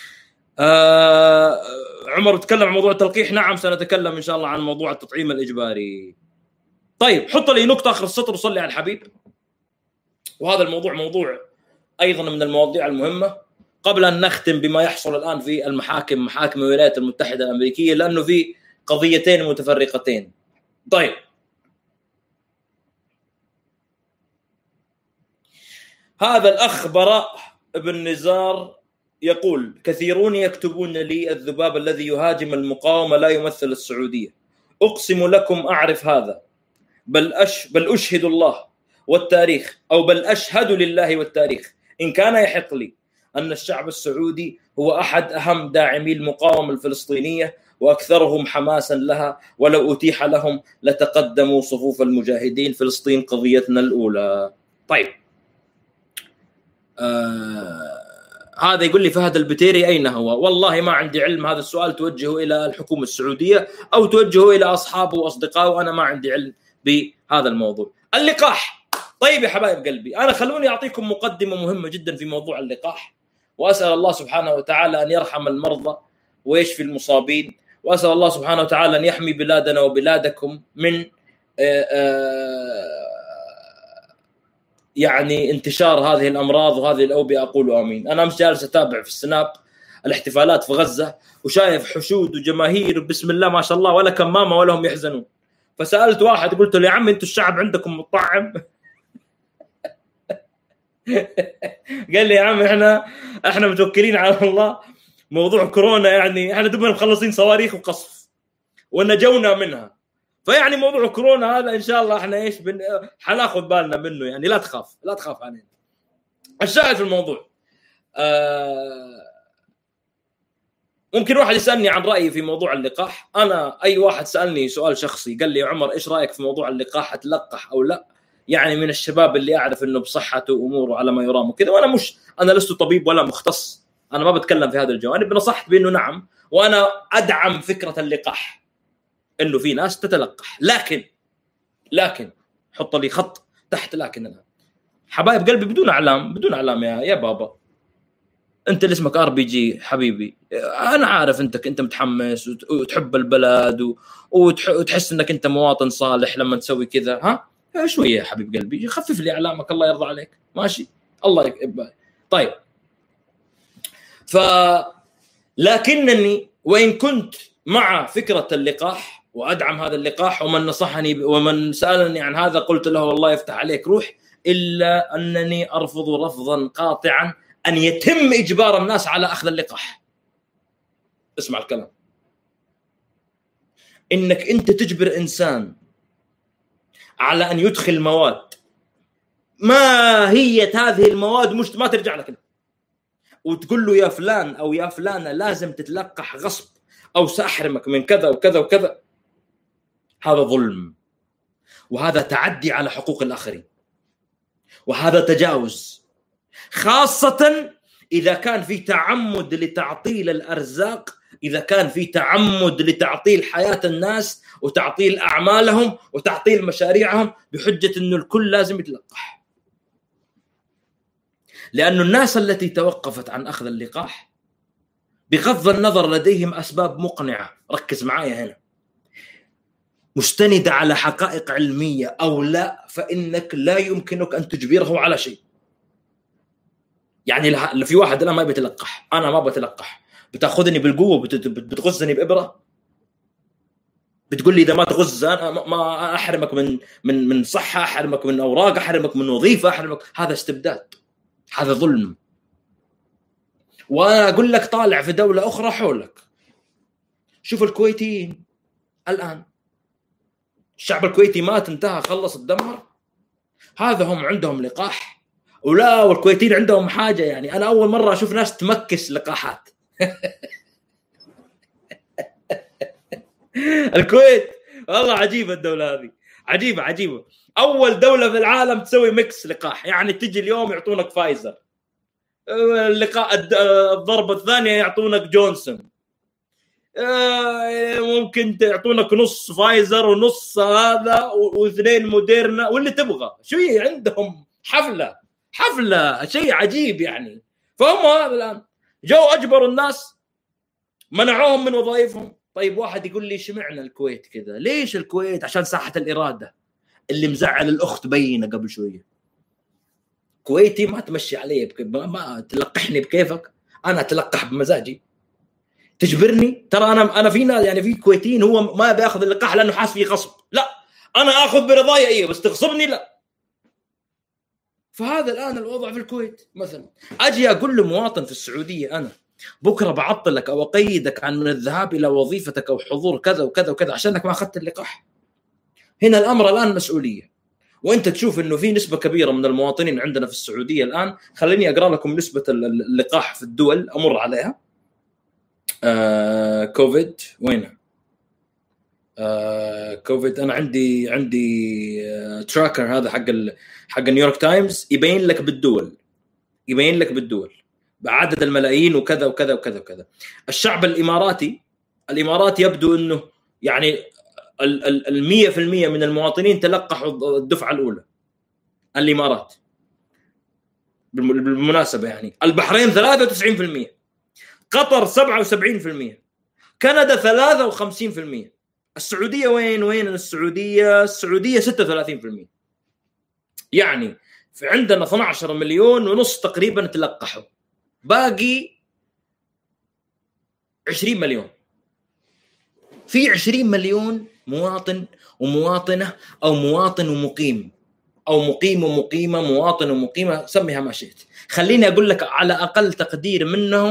عمر تكلم عن موضوع التلقيح. نعم سنتكلم إن شاء الله عن موضوع التطعيم الإجباري. طيب حط لي نقطة آخر السطر وصلي على الحبيب. وهذا الموضوع موضوع أيضا من المواضيع المهمة قبل أن نختم بما يحصل الآن في المحاكم، محاكم الولايات المتحدة الأمريكية، لأنه في قضيتين متفرقتين. طيب هذا الأخ براء بن نزار يقول: كثيرون يكتبون لي الذباب الذي يهاجم المقاومة لا يمثل السعودية. أقسم لكم أعرف هذا، بل أشهد الله والتاريخ، أو بل أشهد لله والتاريخ إن كان يحق لي أن الشعب السعودي هو أحد أهم داعمي المقاومة الفلسطينية وأكثرهم حماسا لها، ولو أتيح لهم لتقدموا صفوف المجاهدين. فلسطين قضيتنا الأولى. طيب هذا يقول لي فهد البتيري أين هو؟ والله ما عندي علم. هذا السؤال توجهه إلى الحكومة السعودية أو توجهه إلى أصحابه وأصدقائه، وأنا ما عندي علم بهذا الموضوع. اللقاح. طيب يا حبايب قلبي، أنا خلوني أعطيكم مقدمة مهمة جدا في موضوع اللقاح، وأسأل الله سبحانه وتعالى أن يرحم المرضى ويشفي المصابين، وأسأل الله سبحانه وتعالى أن يحمي بلادنا وبلادكم من يعني انتشار هذه الأمراض وهذه الأوبئة. أقول آمين. أنا مش جالس أتابع في السناب الاحتفالات في غزة وشايف حشود وجماهير بسم الله ما شاء الله ولا كمامة ولا هم يحزنون. فسألت واحد قلت له: يا عم أنتوا الشعب عندكم مطعم؟ قال لي: يا عم احنا متوكلين على الله، موضوع كورونا يعني احنا دوبنا مخلصين صواريخ وقصف ونجونا منها، فيعني موضوع كورونا هذا ان شاء الله احنا ايش حناخذ بالنا منه، يعني لا تخاف علينا. الشاهد في الموضوع ممكن واحد يسألني عن رأيي في موضوع اللقاح. أنا أي واحد سألني سؤال شخصي قال لي: يا عمر إيش رأيك في موضوع اللقاح، أتلقح أو لا؟ يعني من الشباب اللي أعرف إنه بصحته وأموره على ما يرام وكذا، وأنا أنا لست طبيب ولا مختص، أنا ما بتكلم في هذا الجوانب. نصحت بأنه نعم، وأنا أدعم فكرة اللقاح، إنه في ناس تتلقح، لكن حط لي خط تحت لكن. أنا حبايب قلبي بدون أعلام يا بابا، انت اللي اسمك RPG حبيبي، انا عارف انت متحمس وتحب البلد وتحس انك انت مواطن صالح لما تسوي كذا. ها شويه يا حبيب قلبي، خفف لي اعلامك الله يرضى عليك، ماشي الله يكبر. طيب لكنني وان كنت مع فكره اللقاح وادعم هذا اللقاح، ومن نصحني ومن سالني عن هذا قلت له والله يفتح عليك روح، الا انني ارفض رفضا قاطعا أن يتم إجبار الناس على أخذ اللقاح. اسمع الكلام، إنك أنت تجبر إنسان على أن يدخل مواد ما هي هذه المواد مش ما ترجع لك، وتقول له يا فلان أو يا فلانة لازم تتلقح غصب أو سأحرمك من كذا وكذا وكذا، هذا ظلم، وهذا تعدي على حقوق الآخرين، وهذا تجاوز، خاصة إذا كان في تعمد لتعطيل الأرزاق، إذا كان في تعمد لتعطيل حياة الناس وتعطيل أعمالهم وتعطيل مشاريعهم بحجة أنه الكل لازم يتلقح. لأن الناس التي توقفت عن أخذ اللقاح بغض النظر لديهم أسباب مقنعة، ركز معايا هنا، مستندة على حقائق علمية أو لا، فإنك لا يمكنك أن تجبره على شيء. يعني في واحد الآن ما بيتلقح، أنا ما بتلقح، بتأخذني بالقوة بتغزني بإبرة، بتقول لي إذا ما تغز أنا ما أحرمك من صحة، أحرمك من أوراق، أحرمك من وظيفة، أحرمك. هذا استبداد، هذا ظلم. وأنا أقول لك طالع في دولة أخرى حولك، شوف الكويتيين الآن، الشعب الكويتي مات انتهى خلص اتدمر، هذا هم عندهم لقاح ولا، والكويتيين عندهم حاجة. يعني أنا أول مرة أشوف ناس تمكس لقاحات. الكويت والله عجيبة الدولة هذه، عجيبه. اول دوله في العالم تسوي ميكس لقاح، يعني تجي اليوم يعطونك فايزر، اللقاء الضربه الثانيه يعطونك جونسون، ممكن يعطونك نص فايزر ونص هذا واثنين موديرنا واللي تبغى. شو عندهم حفله شيء عجيب يعني. فهم هذا الان جو اجبروا الناس، منعوهم من وظائفهم. طيب واحد يقول لي اشمعنى الكويت كذا؟ ليش الكويت؟ عشان ساحه الاراده اللي مزعل الاخت بينه قبل شويه. كويتي ما تمشي علي ما تلقحني بكيفك، انا اتلقح بمزاجي. تجبرني؟ ترى انا فينا يعني في كويتيين هو ما بياخذ اللقاح لانه حاس فيه غصب، لا انا اخذ برضاي ايوه بس تغصبني لا. فهذا الان الوضع في الكويت. مثلا اجي اقول لمواطن في السعوديه انا بكره بعطلك او اقيدك عن الذهاب الى وظيفتك او حضور كذا وكذا وكذا عشانك ما اخذت اللقاح. هنا الامر الان مسؤوليه. وانت تشوف انه في نسبه كبيره من المواطنين عندنا في السعوديه الان. خليني اقرا لكم نسبه اللقاح في الدول امر عليها. كوفيد وين؟ كوفيد انا عندي تراكر هذا حق نيويورك تايمز يبين لك بالدول بعدد الملايين وكذا وكذا وكذا وكذا. الشعب الاماراتي يبدو انه يعني 100% من المواطنين تلقحوا الدفعه الاولى. الامارات بالمناسبه يعني. البحرين 93%، قطر 77%، كندا 53%. السعوديه وين السعوديه 36%. يعني في عندنا 12 مليون ونص تقريبا تلقحوا، باقي 20 مليون. في 20 مليون مواطن ومواطنه او مواطن ومقيم او مقيم ومقيمه، مواطن ومقيمه، سميها ما شئت. خليني اقول لك على اقل تقدير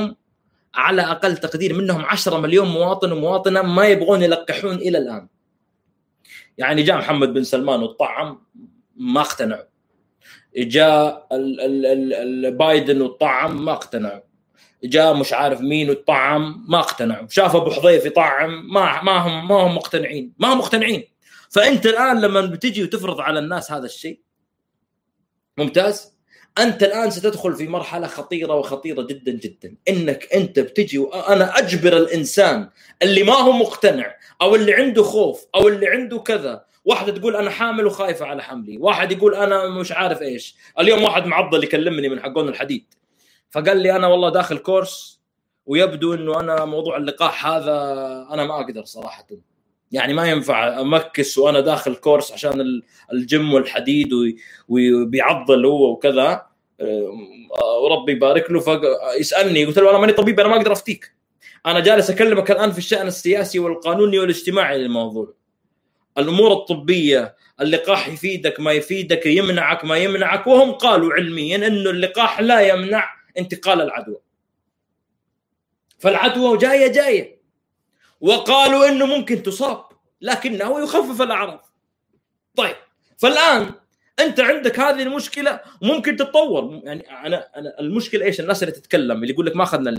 منهم 10 مليون مواطن ومواطنه ما يبغون يلقحون الى الان. يعني جاء محمد بن سلمان والطعم ما اقتنعوا، جاء بايدن والطعم ما اقتنعوا، جاء مش عارف مين والطعم ما اقتنعوا، شاف ابو حذيفه يطعم ما هم مقتنعين. فانت الان لما بتجي وتفرض على الناس هذا الشيء ممتاز، انت الان ستدخل في مرحله خطيره جدا جدا. انك انت بتجي وانا اجبر الانسان اللي ما هو مقتنع او اللي عنده خوف او اللي عنده كذا. واحده تقول انا حامل وخايفه على حملي، واحد يقول انا مش عارف ايش. اليوم واحد معضل يكلمني من حقون الحديد، فقال لي انا والله داخل كورس ويبدو انه انا موضوع اللقاح هذا انا ما اقدر صراحه، يعني ما ينفع امكس وانا داخل كورس عشان الجيم والحديد وبيعضل هو وكذا، وربي يبارك له. فيسالني قلت له انا ماني طبيب، انا ما اقدر افتيك، انا جالس اكلمك الان في الشأن السياسي والقانوني والاجتماعي للموضوع. الامور الطبيه، اللقاح يفيدك ما يفيدك، يمنعك ما يمنعك، وهم قالوا علميا انه اللقاح لا يمنع انتقال العدوى. فالعدوى جايه وقالوا انه ممكن تصاب لكنه يخفف الاعراض. طيب فالان انت عندك هذه المشكله وممكن تتطور. يعني انا المشكله ايش؟ الناس اللي تتكلم اللي يقول لك ما اخذنا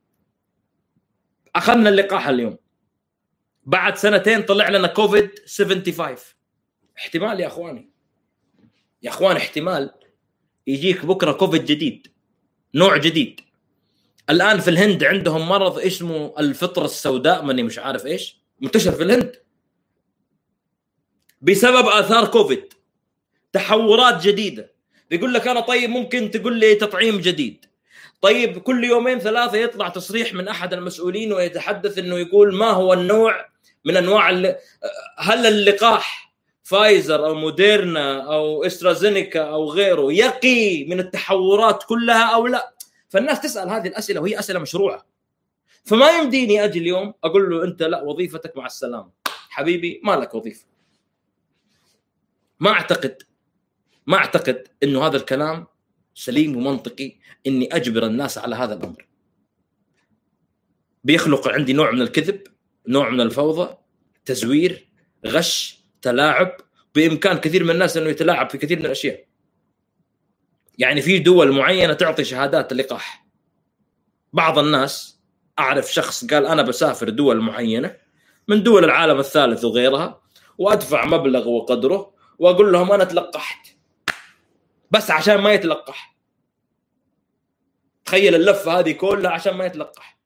اللقاح اليوم، بعد سنتين طلع لنا كوفيد 75. احتمال يا اخوان احتمال يجيك بكره كوفيد جديد، نوع جديد. الان في الهند عندهم مرض اسمه الفطره السوداء، ماني مش عارف ايش، منتشر في الهند بسبب آثار كوفيد، تحورات جديدة. بيقول لك أنا طيب ممكن تقول لي تطعيم جديد. طيب كل يومين ثلاثة يطلع تصريح من أحد المسؤولين ويتحدث إنه يقول ما هو النوع من أنواع هل اللقاح فايزر أو موديرنا أو إسترازينيكا أو غيره يقي من التحورات كلها أو لا. فالناس تسأل هذه الأسئلة وهي أسئلة مشروعة. فما يمديني أجي اليوم أقول له أنت لا وظيفتك مع السلامة حبيبي، ما لك وظيفة. ما أعتقد إنه هذا الكلام سليم ومنطقي إني أجبر الناس على هذا الأمر. بيخلق عندي نوع من الكذب، نوع من الفوضى، تزوير، غش، تلاعب. بإمكان كثير من الناس إنه يتلاعب في كثير من الأشياء. يعني في دول معينة تعطي شهادات اللقاح. بعض الناس، أعرف شخص قال أنا بسافر دول معينة من دول العالم الثالث وغيرها، وادفع مبلغ وقدره واقول لهم انا تلقحت بس عشان ما يتلقح. تخيل اللفه هذه كلها عشان ما يتلقح.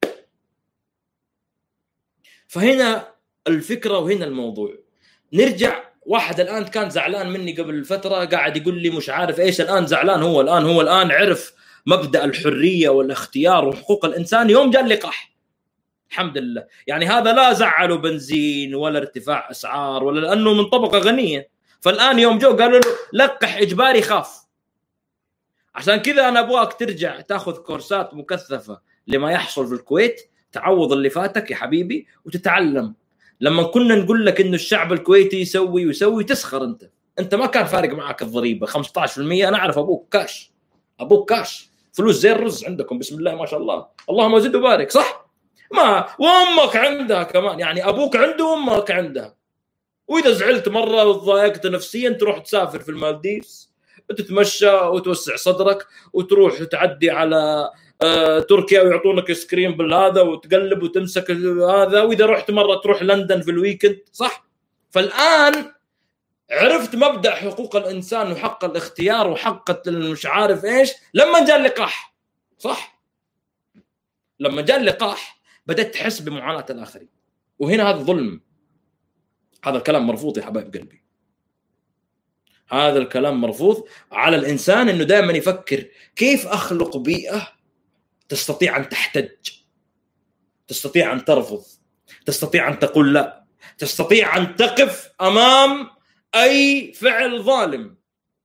فهنا الفكره وهنا الموضوع. نرجع، واحد الان كان زعلان مني قبل فتره قاعد يقول لي مش عارف ايش، الان زعلان، هو الان عرف مبدا الحريه والاختيار وحقوق الانسان يوم جاء اللقاح. الحمد لله. يعني هذا لا زعله بنزين ولا ارتفاع اسعار ولا لانه من طبقه غنيه، فالان يوم جو قالوا له لقح اجباري خاف. عشان كذا انا ابغاك ترجع تاخذ كورسات مكثفه لما يحصل في الكويت، تعوض اللي فاتك يا حبيبي وتتعلم. لما كنا نقول لك انه الشعب الكويتي يسوي ويسوي تسخر، انت ما كان فارق معك الضريبه 15%. انا اعرف ابوك كاش فلوس زي الرز عندكم بسم الله ما شاء الله، اللهم زد وبارك، صح؟ ما وامك عندها كمان، يعني ابوك عنده وامك عندها. واذا زعلت مره وضايقت نفسيا تروح تسافر في المالديفز وتتمشى وتوسع صدرك وتروح تعدي على تركيا ويعطونك ايس كريم بالهذا وتقلب وتمسك هذا. واذا رحت مره تروح لندن في الويكند، صح؟ فالان عرفت مبدا حقوق الانسان وحق الاختيار وحق مش عارف ايش لما جاء اللقاح، صح؟ لما جاء اللقاح بدات تحس بمعاناه الاخرين، وهنا هذا ظلم. هذا الكلام مرفوض يا حبايب قلبي، هذا الكلام مرفوض على الانسان انه دائما يفكر كيف اخلق بيئه تستطيع ان تحتج، تستطيع ان ترفض، تستطيع ان تقول لا، تستطيع ان تقف امام اي فعل ظالم.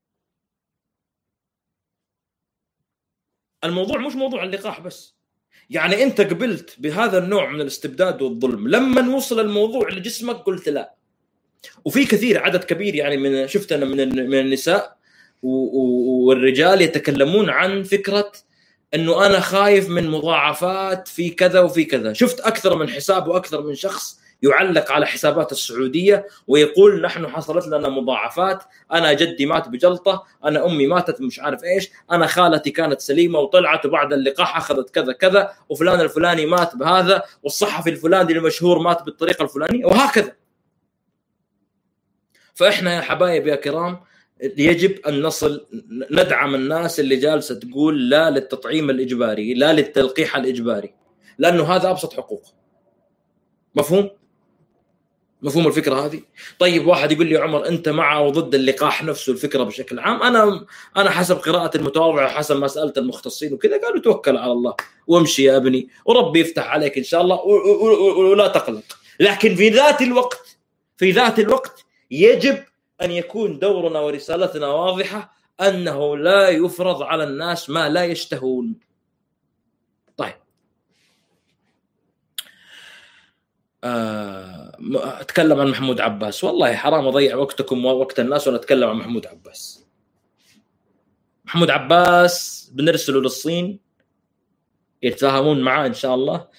الموضوع مش موضوع اللقاح بس، يعني انت قبلت بهذا النوع من الاستبداد والظلم، لما نوصل الموضوع لجسمك قلت لا. وفي كثير عدد كبير يعني شفت انا من النساء والرجال يتكلمون عن فكره انه انا خايف من مضاعفات في كذا وفي كذا. شفت اكثر من حساب واكثر من شخص يعلق على حسابات السعوديه ويقول نحن حصلت لنا مضاعفات، انا جدي مات بجلطه، انا امي ماتت مش عارف ايش، انا خالتي كانت سليمه وطلعت وبعد اللقاح اخذت كذا كذا، وفلان الفلاني مات بهذا، والصحفي الفلاني المشهور مات بالطريقه الفلانيه، وهكذا. فاحنا يا حبايب يا كرام يجب ان نصل ندعم الناس اللي جالسه تقول لا للتطعيم الاجباري، لا للتلقيح الاجباري، لانه هذا ابسط حقوق. مفهوم الفكره هذه؟ طيب واحد يقول لي عمر انت مع وضد اللقاح نفسه الفكره بشكل عام؟ انا حسب قراءه المتواضع وحسب ما سالت المختصين وكذا قالوا توكل على الله وامشي يا ابني وربي يفتح عليك ان شاء الله ولا تقلق. لكن في ذات الوقت يجب أن يكون دورنا ورسالتنا واضحة، أنه لا يفرض على الناس ما لا يشتهون. طيب أتكلم عن محمود عباس، والله حرام أضيع وقتكم ووقت الناس وأنا أتكلم عن محمود عباس. محمود عباس بنرسله للصين يتفاهمون معاه إن شاء الله.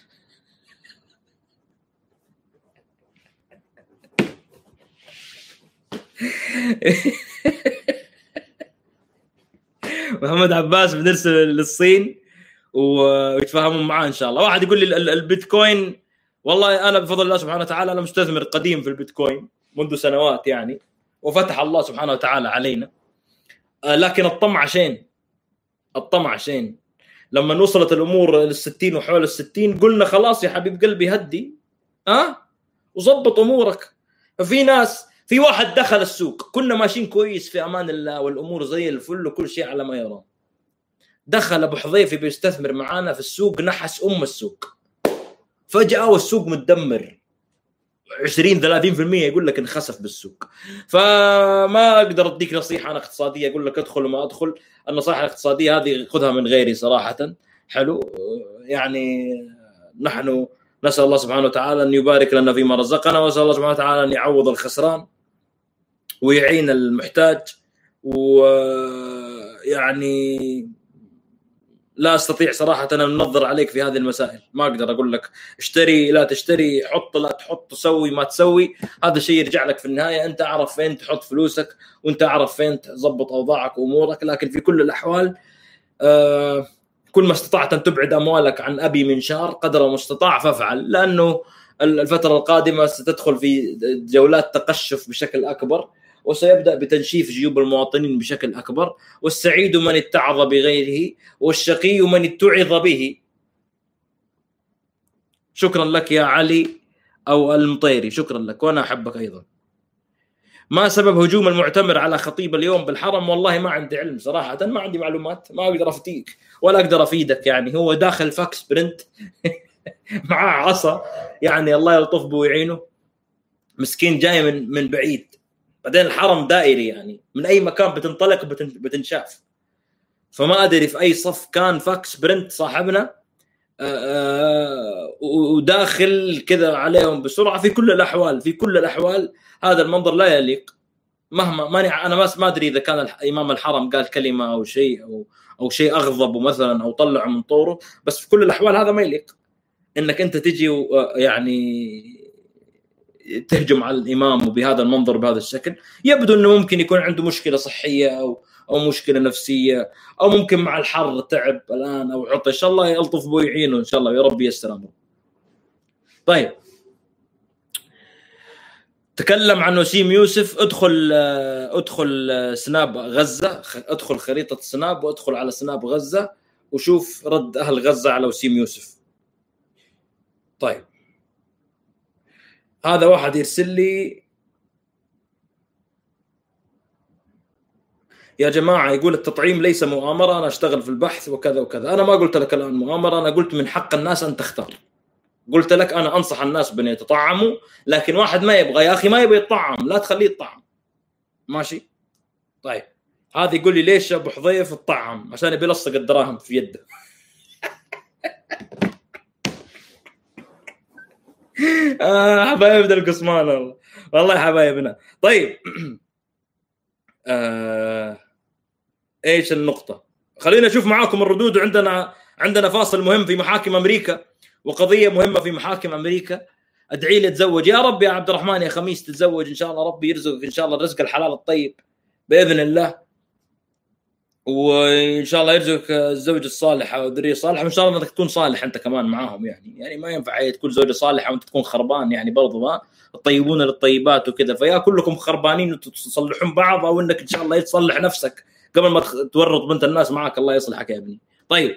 محمد عباس بنرسل للصين ويتفاهمون معاه ان شاء الله. واحد يقول لي البيتكوين، والله انا بفضل الله سبحانه وتعالى انا مستثمر قديم في البيتكوين منذ سنوات يعني، وفتح الله سبحانه وتعالى علينا. لكن الطمع شين لما وصلت الامور لل60 وحول ال60 قلنا خلاص يا حبيب قلبي هدي وظبط امورك. في واحد دخل السوق، كنا ماشيين كويس في امان الله والامور زي الفل وكل شيء على ما يرام. دخل ابو حذيفه بيستثمر معانا في السوق، نحس السوق فجاه والسوق متدمر 20-30%، يقول لك انخسف بالسوق. فما اقدر اديك نصيحه انا اقتصاديه اقول لك ادخل وما ادخل. النصائح الاقتصاديه هذه خذها من غيري صراحه. حلو يعني، نحن نسال الله سبحانه وتعالى ان يبارك لنا فيما رزقنا، ونسال الله سبحانه وتعالى ان يعوض الخسران ويعين المحتاج. ويعني لا استطيع صراحه ان انظر عليك في هذه المسائل، ما اقدر اقول لك اشتري لا تشتري، حط لا تحط، سوي ما تسوي، هذا شيء يرجع لك في النهايه. انت اعرف فين تحط فلوسك وانت اعرف فين تضبط اوضاعك وامورك. لكن في كل الاحوال كل ما استطعت ان تبعد اموالك عن ابي منشار قدر المستطاع فافعل، لانه الفترة القادمة ستدخل في جولات تقشف بشكل أكبر، وسيبدأ بتنشيف جيوب المواطنين بشكل أكبر. والسعيد من اتعظ بغيره، والشقي من اتعظ به. شكرا لك يا علي أو المطيري، شكرا لك، وأنا أحبك أيضا. ما سبب هجوم المعتمر على خطيب اليوم بالحرم؟ والله ما عندي علم صراحة، ما عندي معلومات، ما أقدر أفتيك ولا أقدر أفيدك. يعني هو داخل فاكس برنت معاه عصا، يعني الله يلطف به ويعينه، مسكين جاي من بعيد. بعدين الحرم دائري، يعني من أي مكان بتنطلق بتنشاف. فما أدري في أي صف كان فاكس برنت صاحبنا وداخل كذا عليهم بسرعة. في كل الأحوال، في كل الأحوال هذا المنظر لا يليق. مهما ماني أنا ما أدري إذا كان إمام الحرم قال كلمة أو شيء أو شيء أغضبه مثلا أو طلعه من طوره، بس في كل الأحوال هذا ما يليق إنك أنت تجي يعني تهجم على الإمام وبهذا المنظر بهذا الشكل. يبدو أنه ممكن يكون عنده مشكلة صحية أو مشكلة نفسية، أو ممكن مع الحر تعب الآن أو عطش. الله يلطف به ويعينه إن شاء الله، يا رب ييسر أمره. طيب، تكلم عن وسيم يوسف. ادخل سناب غزة، ادخل خريطة سناب وادخل على سناب غزة وشوف رد أهل غزة على وسيم يوسف. طيب، هذا واحد يرسل لي يا جماعة، يقول التطعيم ليس مؤامرة، أنا أشتغل في البحث وكذا وكذا. أنا ما قلت لك الآن مؤامرة، أنا قلت من حق الناس أن تختار. قلت لك أنا أنصح الناس بأن يتطعموا، لكن واحد ما يبغى، يا أخي ما يبغى يتطعم، لا تخليه يتطعم، ماشي؟ طيب، هذا يقول لي ليش أبو حذيف الطعم؟ عشان يبي يلصق الدراهم في يده. حبايبنا القسمان، والله حبايبنا. طيب، ايش النقطة؟ خلينا نشوف معاكم الردود. عندنا فاصل مهم في محاكم أمريكا، وقضية مهمة في محاكم أمريكا. ادعي لي اتزوج يا رب يا عبد الرحمن، يا خميس تتزوج ان شاء الله، ربي يرزقك ان شاء الله الرزق الحلال الطيب باذن الله، وان شاء الله يرزقك الزوج الصالحه والذريه الصالحه، وان شاء الله انك تكون صالح انت كمان معاهم. يعني ما ينفع تكون زوجه صالحه وانت تكون خربان، يعني برضو ما الطيبون للطيبات وكذا. فيا كلكم خربانين وتصلحون بعض، او انك ان شاء الله تصلح نفسك قبل ما تورط بنت الناس معك. الله يصلحك يا ابني. طيب،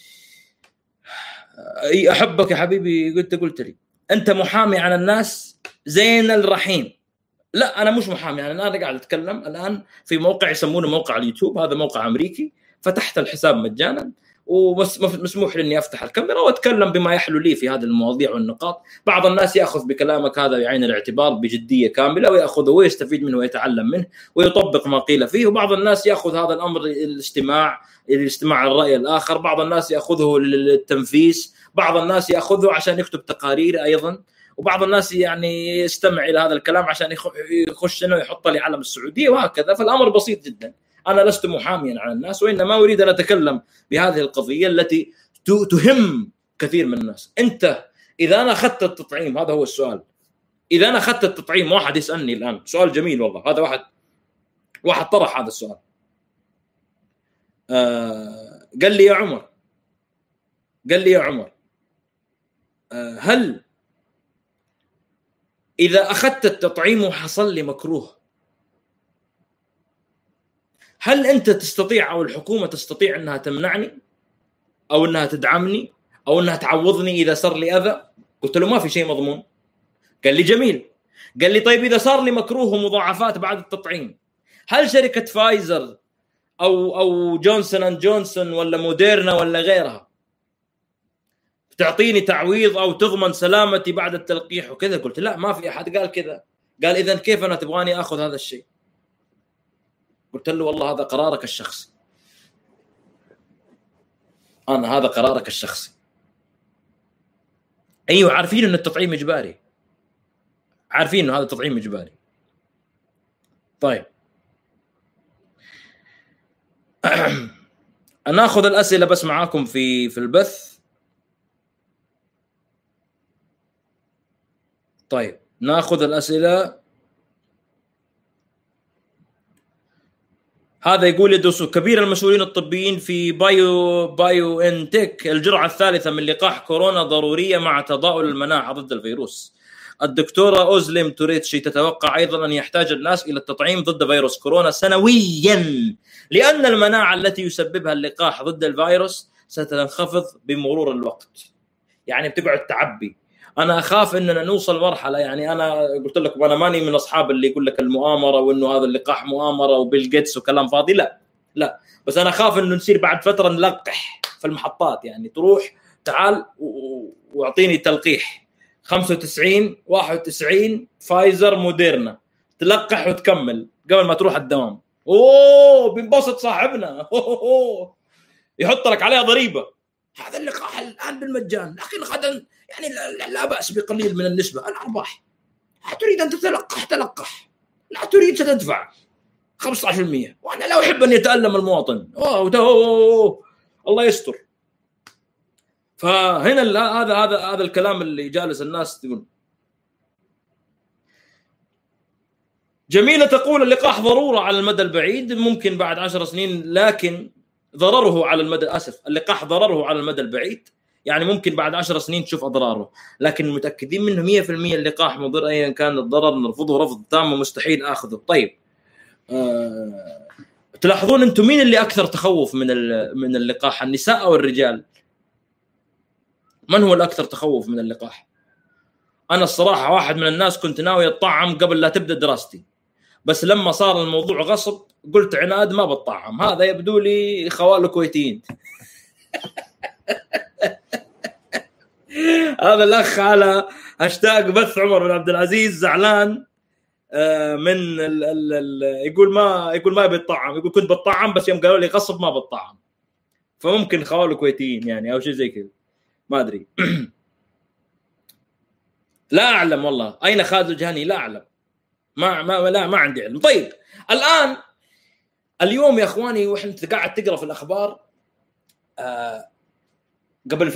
اي احبك يا حبيبي. قلت لي انت محامي عن الناس زين الرحيم. لا، انا مش محامي، يعني انا قاعد اتكلم الان في موقع يسمونه موقع اليوتيوب. هذا موقع امريكي، فتحت الحساب مجانا وبس مسموح لي اني افتح الكاميرا واتكلم بما يحلو لي في هذه المواضيع والنقاط. بعض الناس ياخذ بكلامك هذا بعين الاعتبار بجديه كامله، وياخذه ويستفيد منه ويتعلم منه ويطبق ما قيل فيه، وبعض الناس ياخذ هذا الامر الاستماع الراي الاخر، بعض الناس ياخذه للتنفيس، بعض الناس ياخذه عشان يكتب تقارير ايضا، وبعض الناس يعني يستمع الى هذا الكلام عشان يخش انه يحط لي علم السعوديه وهكذا. فالامر بسيط جدا. انا لست محاميا على الناس، وانما اريد ان اتكلم بهذه القضيه التي تهم كثير من الناس. انت اذا انا اخذت التطعيم، هذا هو السؤال، اذا انا اخذت التطعيم، واحد يسالني الان سؤال جميل والله، هذا واحد طرح هذا السؤال. قال لي يا عمر، هل إذا أخذت التطعيم وحصل لي مكروه، هل أنت تستطيع أو الحكومة تستطيع أنها تمنعني أو أنها تدعمني أو أنها تعوضني إذا صار لي أذى؟ قلت له ما في شيء مضمون. قال لي جميل. قال لي طيب إذا صار لي مكروه ومضاعفات بعد التطعيم، هل شركة فايزر أو جونسون أند جونسون ولا موديرنا ولا غيرها تعطيني تعويض أو تضمن سلامتي بعد التلقيح وكذا؟ قلت لا، ما في أحد قال كذا. قال إذن كيف أنا تبغاني أخذ هذا الشيء؟ قلت له والله هذا قرارك الشخصي، هذا قرارك الشخصي. أيوة، عارفين أن التطعيم إجباري، عارفين أنه هذا التطعيم إجباري. طيب، أنا أخذ الأسئلة بس معاكم في البث. طيب، ناخذ الأسئلة. هذا يقول يدوس كبير المسؤولين الطبيين في بايو ان تك، الجرعة الثالثة من لقاح كورونا ضرورية مع تضاؤل المناعة ضد الفيروس. الدكتورة أوزليم توريتشي تتوقع أيضا أن يحتاج الناس إلى التطعيم ضد فيروس كورونا سنويا، لأن المناعة التي يسببها اللقاح ضد الفيروس ستنخفض بمرور الوقت. يعني بتقعد تعبي. أنا أخاف أننا نوصل مرحلة، يعني أنا قلت لكم أنا ماني من أصحاب اللي يقول لك المؤامرة وأنه هذا اللقاح مؤامرة وبيل جيتس وكلام فاضي، لا، بس أنا أخاف أنه نصير بعد فترة نلقح في المحطات، يعني تروح تعال واعطيني تلقيح 95 91 فايزر موديرنا، تلقح وتكمل قبل ما تروح الدوام. بينبسط صاحبنا. يحط لك عليها ضريبة. هذا اللقاح الآن بالمجان، لكن غدا يعني لا بأس بقليل من النسبة الأرباح. تريد أن تتلقح تلقح، لا تريد ستدفع 15%. وأنا لا أحب أن يتألم المواطن. الله يستر. فهنا هذا الكلام اللي جالس الناس تقول. جميلة تقول اللقاح ضرورة على المدى البعيد، ممكن بعد 10 سنين، لكن ضرره على المدى اللقاح ضرره على المدى البعيد، يعني ممكن بعد 10 سنين تشوف أضراره، لكن متأكدين منه 100% اللقاح مضر أيا كان الضرر، نرفضه رفض تام ومستحيل أخذه. طيب تلاحظون أنتم مين اللي أكثر تخوف من اللقاح، النساء أو الرجال؟ من هو الأكثر تخوف من اللقاح؟ أنا الصراحة واحد من الناس كنت ناوي أطعم قبل لا تبدأ دراستي، بس لما صار الموضوع غصب قلت عناد ما بطعم. هذا يبدو لي خوال كويتيين. هذا الأخ على هاشتاج بث عمر بن عبد العزيز زعلان من يقول ما بيطعم، يقول كنت بطعم بس يوم قالوا لي غصب ما بطعم. فممكن خوال كويتيين يعني أو شيء زي كذا، ما أدري. لا أعلم والله أين خالد الجهني، لا أعلم، ما عندي علم. طيب الآن اليوم يا اخواني واحنا قاعد تقرا في الاخبار، قبل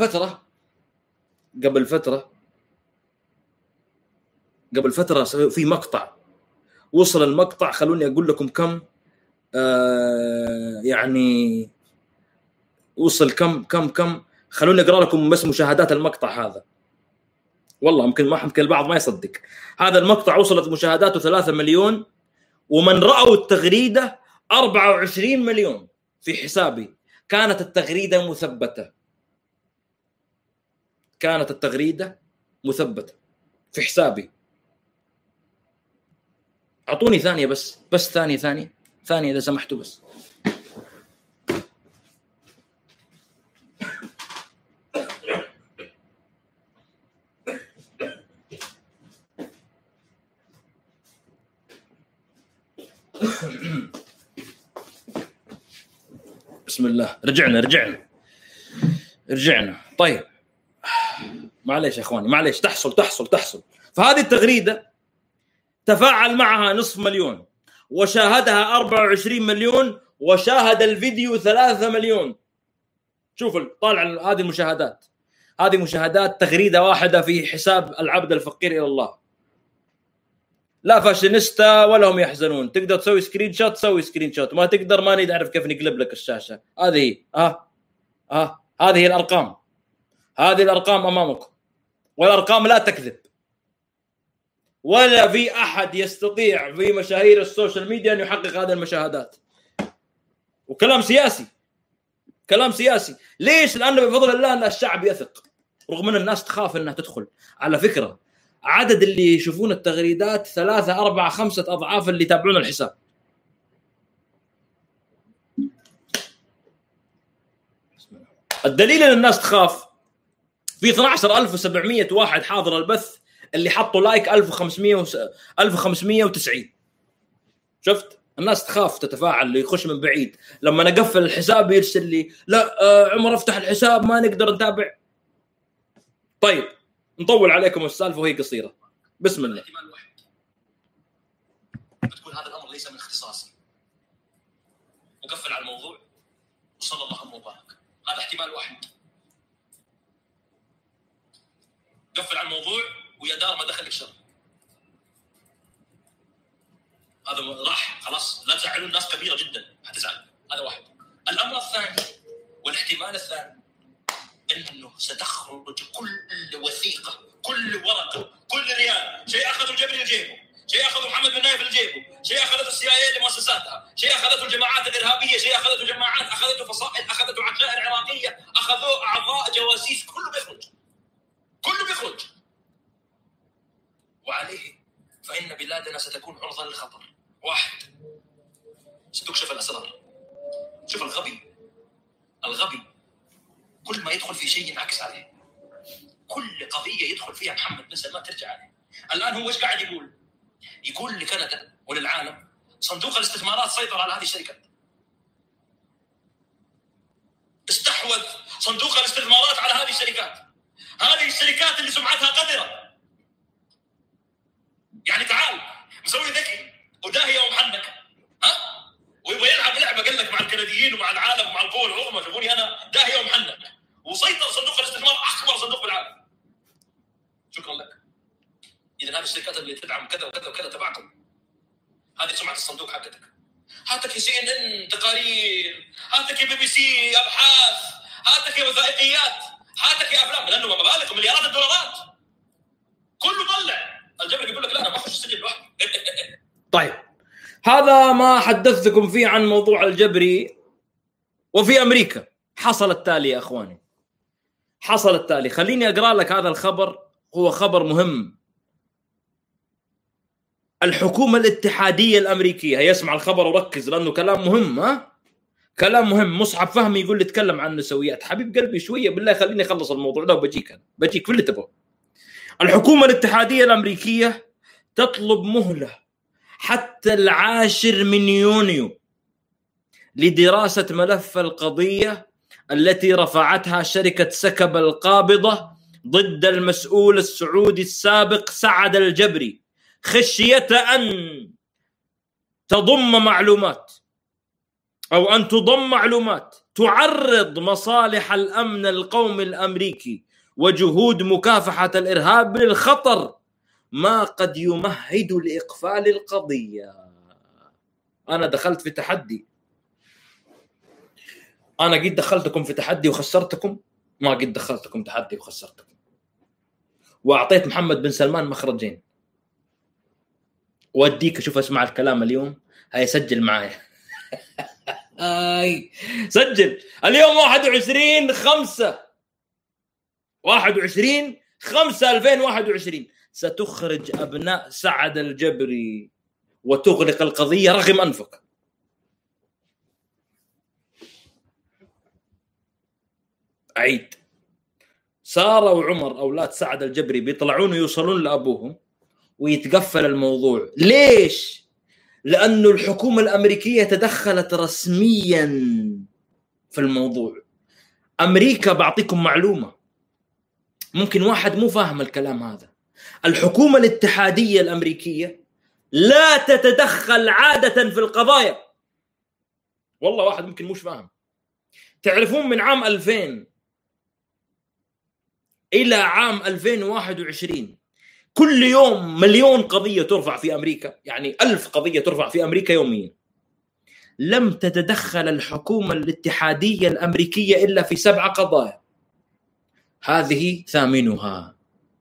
فتره في مقطع وصل المقطع، خلوني اقول لكم كم، يعني وصل كم خلوني اقرا لكم بس مشاهدات المقطع هذا. والله ممكن البعض ما يصدق. هذا المقطع وصلت مشاهداته 3 مليون، ومن رأوا التغريدة 24 مليون في حسابي. كانت التغريدة مثبتة في حسابي. أعطوني ثانية بس ثانية إذا سمحتوا بس. بسم الله. رجعنا. طيب معليش يا اخواني، معليش، تحصل. فهذه التغريدة تفاعل معها 500,000 وشاهدها 24 مليون وشاهد الفيديو 3 مليون. شوف طالع هذه المشاهدات، هذه مشاهدات تغريدة واحدة في حساب العبد الفقير إلى الله. لا فاشينيستا ولا هم يحزنون. تقدر تسوي سكرين شوت، ما تقدر ما نعرف كيف نقلب لك الشاشة. هذه هذه الأرقام، هذه الأرقام أمامكم، والأرقام لا تكذب، ولا في أحد يستطيع في مشاهير السوشيال ميديا أن يحقق هذه المشاهدات. وكلام سياسي. ليش؟ لأنه بفضل الله أن الشعب يثق، رغم أن الناس تخاف أنها تدخل. على فكرة عدد اللي يشوفون التغريدات 3 4 5 أضعاف اللي يتابعون الحساب. الدليل أن الناس تخاف، في 12,700 واحد حاضر البث اللي حطوا لايك 1590. شفت؟ الناس تخاف تتفاعل، اللي يخش من بعيد. لما نقفل الحساب يرسل لي لا عمر افتح الحساب ما نقدر نتابع. طيب نطول عليكم السالفة وهي قصيرة. بسم الله. احتمال واحد بتقول هذا الأمر ليس من اختصاصي، وقفل على الموضوع وصلى الله وبارك. هذا احتمال واحد. قفل على الموضوع ويا دار ما دخلك شر. هذا راح خلاص، لا تزعلوا الناس كبيرة جدا حتزعل. هذا واحد. الأمر الثاني والاحتمال الثاني أنه ستخرج كل وثيقة، كل ورقة، كل ريال. شيء أخذوا الجبري لجيبه، شيء أخذوا محمد بن نايف لجيبه، شيء أخذته CIA لمؤسساتها، شيء أخذته الجماعات الإرهابية، شيء أخذته جماعات، أخذته فصائل، أخذته عشائر عراقية، أخذوا أعضاء جواسيس. كله بيخرج، كله بيخرج. وعليه فإن بلادنا ستكون عرضة للخطر. واحد، ستكشف الأسرار. شوف الغبي كل ما يدخل في شيء ينعكس عليه. كل قضية يدخل فيها محمد بن سلمان ترجع عليه. الآن هو إيش قاعد يقول لكندا وللعالم صندوق الاستثمارات سيطر على هذه الشركات، استحوذ صندوق الاستثمارات على هذه الشركات. هذه الشركات اللي سمعتها قذرة. يعني تعال مسوي ذكي وداهية ومحنك، ويبغى يلعب لعبة قال لك مع الكنديين ومع العالم ومع القوى العظمى، شوفوني أنا داهية ومحنك، وسيطر صندوق الاستثمار أكبر صندوق بالعالم. شكرا لك. إذا هذه الشركات اللي تدعم كذا وكذا وكذا تبعكم، هذه سمعة الصندوق حقتك. هاتك يا CNN تقارير، هاتك يا BBC أبحاث، هاتك يا وثائقيات، هاتك يا أفلام، لأنه مبالغ مليارات الدولارات كله طلع. الجبل يقول لك لا أنا ما أخش السجن لوحدي. طيب هذا ما حدثتكم فيه عن موضوع الجبري. وفي أمريكا حصل التالي يا أخواني، حصل التالي. خليني أقرأ لك هذا الخبر، هو خبر مهم. الحكومة الاتحادية الأمريكية، يسمع الخبر وركز لأنه كلام مهم. كلام مهم. مصعب فهمي يقول لي تكلم عن النسويات. حبيب قلبي شوية بالله خليني أخلص الموضوع ده وبجيك في اللي تبغى. الحكومة الاتحادية الأمريكية تطلب مهلة حتى 10 يونيو لدراسة ملف القضية التي رفعتها شركة سكب القابضة ضد المسؤول السعودي السابق سعد الجبري، خشية أن تضم معلومات تعرض مصالح الأمن القومي الأمريكي وجهود مكافحة الإرهاب للخطر، ما قد يمهد لإقفال القضية. أنا دخلت في تحدي، أنا قد دخلتكم في تحدي وخسرتكم، ما قد دخلتكم تحدي وخسرتكم، وأعطيت محمد بن سلمان مخرجين. وأديك أشوف أسمع الكلام اليوم، هاي سجل معايا. سجل اليوم 21/5/2021 ستخرج أبناء سعد الجبري وتغلق القضية رغم أنفك. أعيد، سارة وعمر أولاد سعد الجبري بيطلعون ويوصلون لأبوهم ويتقفل الموضوع. ليش؟ لأنه الحكومة الأمريكية تدخلت رسميا في الموضوع. أمريكا بعطيكم معلومة، ممكن واحد مو فاهم الكلام هذا. الحكومة الاتحادية الأمريكية لا تتدخل عادة في القضايا. والله واحد ممكن مش فاهم. تعرفون من عام 2000 إلى عام 2021 كل يوم 1,000,000 قضية ترفع في أمريكا، يعني 1000 قضية ترفع في أمريكا يوميا. لم تتدخل الحكومة الاتحادية الأمريكية إلا في 7 قضايا، هذه ثامنها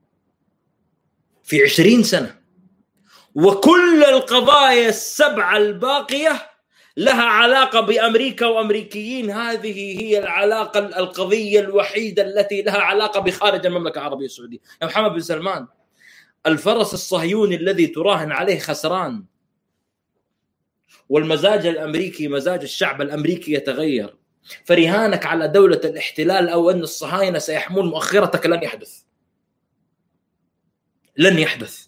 في 20 سنة. وكل القضايا ال7 الباقية لها علاقة بأمريكا وأمريكيين. هذه هي العلاقة القضية الوحيدة التي لها علاقة بخارج المملكة العربية السعودية. يا محمد بن سلمان، الفرس الصهيوني الذي تراهن عليه خسران، والمزاج الأمريكي مزاج الشعب الأمريكي يتغير. فرهانك على دولة الاحتلال أو أن الصهاينة سيحمون مؤخرتك لن يحدث، لن يحدث.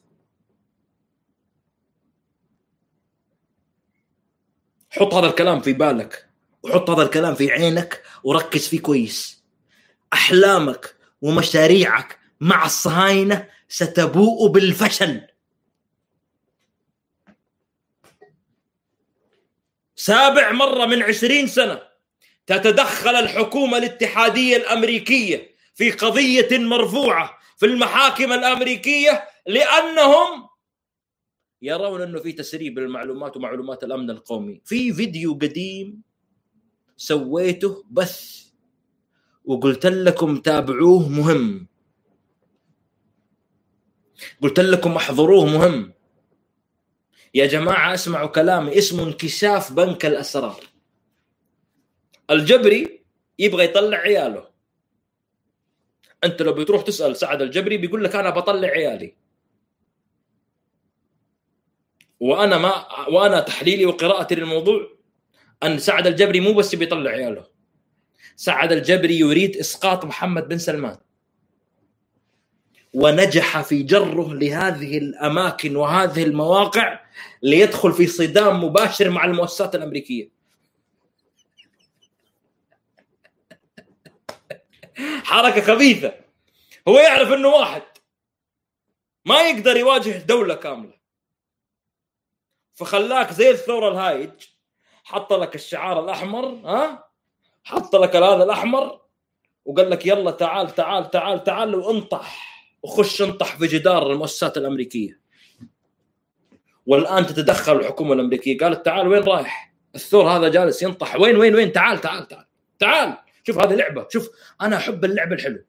حط هذا الكلام في بالك وحط هذا الكلام في عينك وركز فيه كويس. أحلامك ومشاريعك مع الصهاينة ستبوء بالفشل. 7 مرة من 20 سنة تتدخل الحكومة الاتحادية الأمريكية في قضية مرفوعة في المحاكم الأمريكية لأنهم يرون انه في تسريب للمعلومات ومعلومات الامن القومي. في فيديو قديم سويته بث وقلت لكم تابعوه مهم، قلت لكم احضروه مهم يا جماعة. اسمعوا كلامي، اسمه انكشاف بنك الأسرار. الجبري يبغى يطلع عياله. أنت لو بتروح تسأل سعد الجبري بيقول لك أنا بطلع عيالي، وأنا تحليلي وقراءتي للموضوع أن سعد الجبري مو بس بيطلع عياله، سعد الجبري يريد إسقاط محمد بن سلمان، ونجح في جره لهذه الأماكن وهذه المواقع ليدخل في صدام مباشر مع المؤسسات الأمريكية. حركة خبيثة. هو يعرف أنه واحد ما يقدر يواجه دولة كاملة، فخلاك زي الثورة الهايج، حط لك الشعار الأحمر، حط لك هذا الأحمر وقال لك يلا تعال تعال تعال تعال وانطح وخش انطح في جدار المؤسسات الأمريكية. والآن تتدخل الحكومة الأمريكية، قالت تعال وين رايح الثور هذا جالس ينطح، وين وين وين، تعال تعال تعال تعال، شوف هذه لعبة، شوف أنا أحب اللعب الحلو،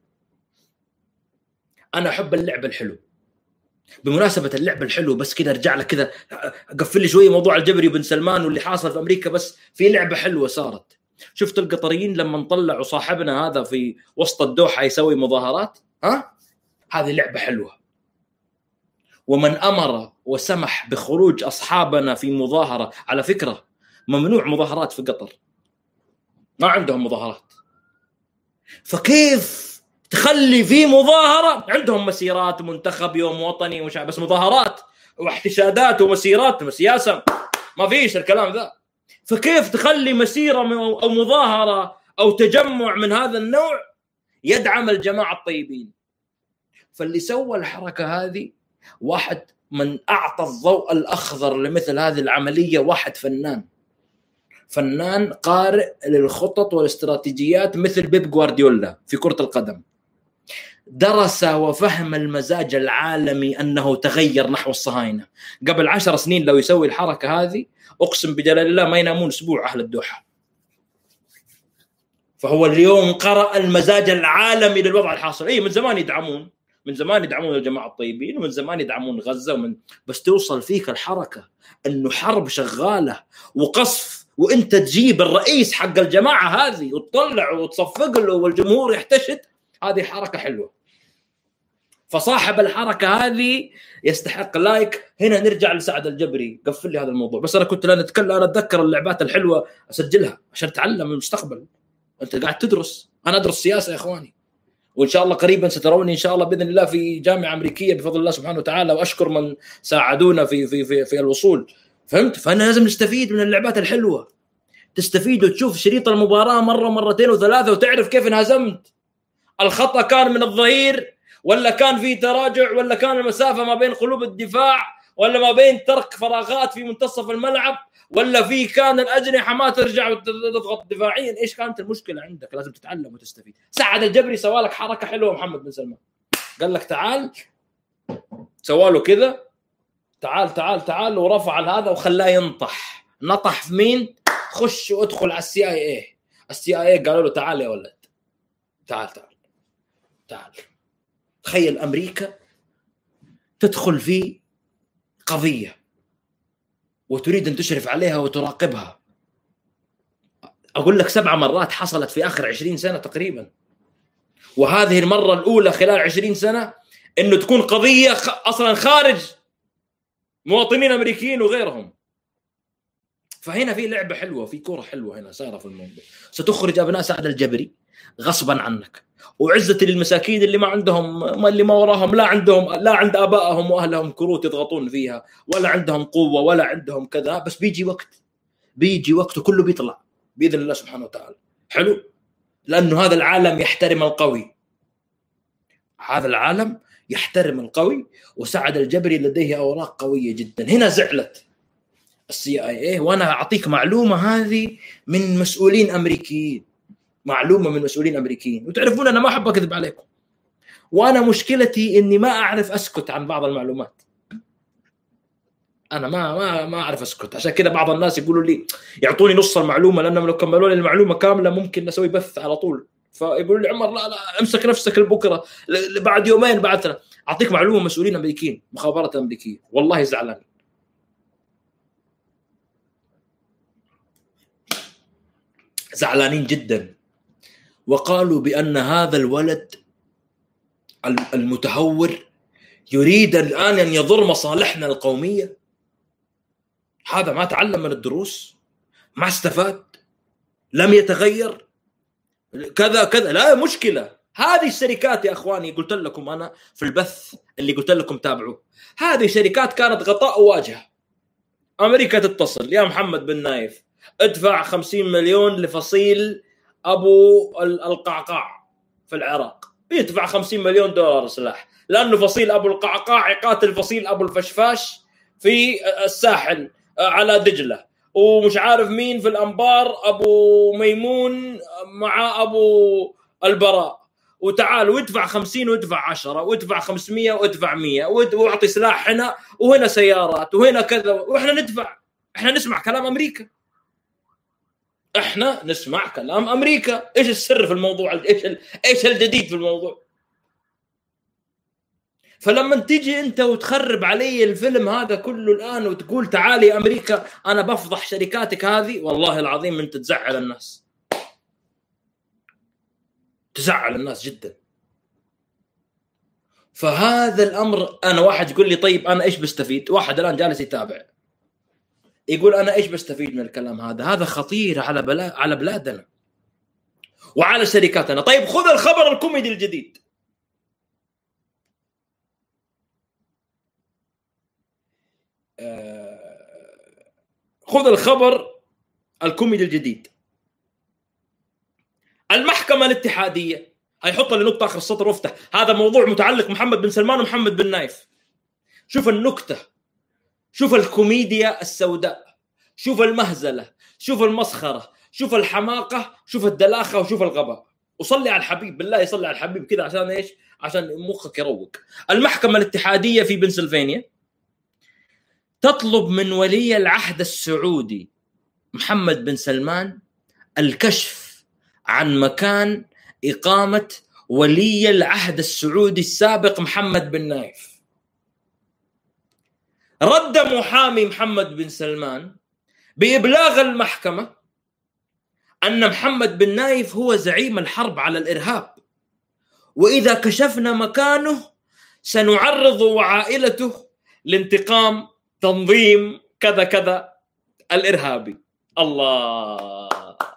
أنا أحب اللعب الحلو. بمناسبة اللعب الحلو بس كده ارجع لك كده، قفل لي شوية موضوع الجبري وبن سلمان واللي حاصل في أمريكا، بس في لعبة حلوة صارت. شفت القطريين لما نطلعوا صاحبنا هذا في وسط الدوحة يسوي مظاهرات؟ هذه لعبة حلوة. ومن أمر وسمح بخروج أصحابنا في مظاهرة، على فكرة ممنوع مظاهرات في قطر، ما عندهم مظاهرات، فكيف تخلي في مظاهرة؟ عندهم مسيرات، منتخب، يوم وطني ومش بس مظاهرات واحتشادات ومسيرات سياسة ما فيش الكلام ذا. فكيف تخلي مسيرة أو مظاهرة أو تجمع من هذا النوع يدعم الجماعة الطيبين؟ فاللي سوى الحركة هذه واحد من أعطى الضوء الأخضر لمثل هذه العملية، واحد فنان قارئ للخطط والاستراتيجيات مثل بيب غوارديولا في كرة القدم، درس وفهم المزاج العالمي أنه تغير نحو الصهاينة. قبل 10 سنين لو يسوي الحركة هذه أقسم بجلال الله ما ينامون أسبوع أهل الدوحة. فهو اليوم قرأ المزاج العالمي للوضع الحاصل. من زمان يدعمون، من زمان يدعمون الجماعة الطيبين، ومن زمان يدعمون غزة، بس توصل فيك الحركة أنه حرب شغالة وقصف، وأنت تجيب الرئيس حق الجماعة هذه وتطلع وتصفق له والجمهور يحتشد. هذه حركة حلوة. فصاحب الحركة هذه يستحق لايك. هنا نرجع لسعد الجبري، قفل لي هذا الموضوع. بس أنا كنت أنا أتذكر اللعبات الحلوة أسجلها عشان أتعلم من المستقبل. أنت قاعد تدرس، أنا أدرس سياسة يا إخواني، وإن شاء الله قريبا ستروني إن شاء الله بإذن الله في جامعة أمريكية بفضل الله سبحانه وتعالى، وأشكر من ساعدونا في الوصول. فهمت؟ فأنا لازم نستفيد من اللعبات الحلوة، تستفيد وتشوف شريط المباراة مرة مرتين وثلاثة وتعرف كيف انهزمت. الخطأ كان من الظهير، ولا كان في تراجع، ولا كان المسافة ما بين قلوب الدفاع، ولا ما بين ترك فراغات في منتصف الملعب، ولا في كان الأجنحة ما ترجع وتضغط دفاعيا. إيش كانت المشكلة عندك؟ لازم تتعلم وتستفيد. سعد الجبري سوالك حركة حلوة محمد بن سلمان، قال لك تعال، سواله كذا تعال تعال تعال، ورفع هذا وخلاه ينطح. نطح في مين؟ خش وادخل على CIA قالوا له تعال يا ولد، تعال تعال تعال. تخيل أمريكا تدخل في قضية وتريد أن تشرف عليها وتراقبها. أقول لك 7 مرات حصلت في آخر 20 سنة تقريبا، وهذه المرة الأولى خلال 20 سنة أنه تكون قضية أصلا خارج مواطنين أمريكيين وغيرهم. فهنا في لعبة حلوة، في كرة حلوة هنا صايرة في الموضوع. ستخرج أبناء سعد الجبري غصبا عنك، وعزة للمساكين اللي ما عندهم، اللي ما وراهم، لا عند آبائهم وأهلهم كروت يضغطون فيها، ولا عندهم قوة، ولا عندهم كذا. بس بيجي وقت وكله بيطلع بإذن الله سبحانه وتعالى. حلو، لأنه هذا العالم يحترم القوي، هذا العالم يحترم القوي، وسعد الجبري لديه أوراق قوية جدا. هنا زعلت CIA. وأنا أعطيك معلومة هذه من مسؤولين أمريكيين، معلومة من مسؤولين أمريكيين، وتعرفون أنا ما أحب أكذب عليكم، وأنا مشكلتي إني ما أعرف أسكت عن بعض المعلومات. انا ما اعرف اسكت. عشان كذا بعض الناس يقولوا لي يعطوني نص المعلومه، لانهم لو كملوا لي المعلومه كامله ممكن نسوي بث على طول. فيقولوا لي عمر لا امسك نفسك لبكره، بعد يومين، بعد 3. اعطيك معلومه، مسؤولين امريكيين، مخابرات امريكيه، والله زعلان، زعلانين جدا، وقالوا بان هذا الولد المتهور يريد الان ان يضر مصالحنا القوميه. هذا ما تعلم من الدروس، ما استفاد، لم يتغير، كذا كذا. لا مشكلة. هذه الشركات يا أخواني قلت لكم أنا في البث اللي قلت لكم تابعوه، هذه شركات كانت غطاء وواجهة. أمريكا تتصل يا محمد بن نايف ادفع 50 مليون لفصيل أبو القعقاع في العراق، يدفع 50 مليون دولار سلاح، لأنه فصيل أبو القعقاع يقاتل فصيل أبو الفشفاش في الساحل على دجلة، ومش عارف مين في الأنبار أبو ميمون مع أبو البراء، وتعال وادفع 50 وادفع 10 وادفع 500 وادفع 100 واعطي سلاح هنا وهنا سيارات وهنا كذا، وإحنا ندفع. إحنا نسمع كلام أمريكا، إحنا نسمع كلام أمريكا. إيش السر في الموضوع؟ إيش الجديد في الموضوع؟ فلما تيجي انت وتخرب علي الفيلم هذا كله الان وتقول تعالي امريكا انا بفضح شركاتك هذه، والله العظيم انت تزعل الناس، تزعل الناس جدا. فهذا الامر، انا واحد يقول لي طيب انا ايش بستفيد؟ واحد الان جالس يتابع يقول انا ايش بستفيد من الكلام هذا؟ هذا خطير على بلادنا وعلى شركاتنا. طيب خذ الخبر الكوميدي الجديد. خذ الخبر الكوميدي الجديد. المحكمة الاتحادية، هيحط لي نقطة آخر السطر وافتح، هذا موضوع متعلق محمد بن سلمان ومحمد بن نايف. شوف النكتة، شوف الكوميديا السوداء، شوف المهزلة، شوف المسخرة، شوف الحماقة، شوف الدلاخة، وشوف الغباء. وصلي على الحبيب، بالله يصلي على الحبيب كذا عشان ايش؟ عشان مخك يروق. المحكمة الاتحادية في بنسلفانيا تطلب من ولي العهد السعودي محمد بن سلمان الكشف عن مكان إقامة ولي العهد السعودي السابق محمد بن نايف. رد محامي محمد بن سلمان بإبلاغ المحكمة أن محمد بن نايف هو زعيم الحرب على الإرهاب، وإذا كشفنا مكانه سنعرض وعائلته لانتقام تنظيم كذا كذا الإرهابي. الله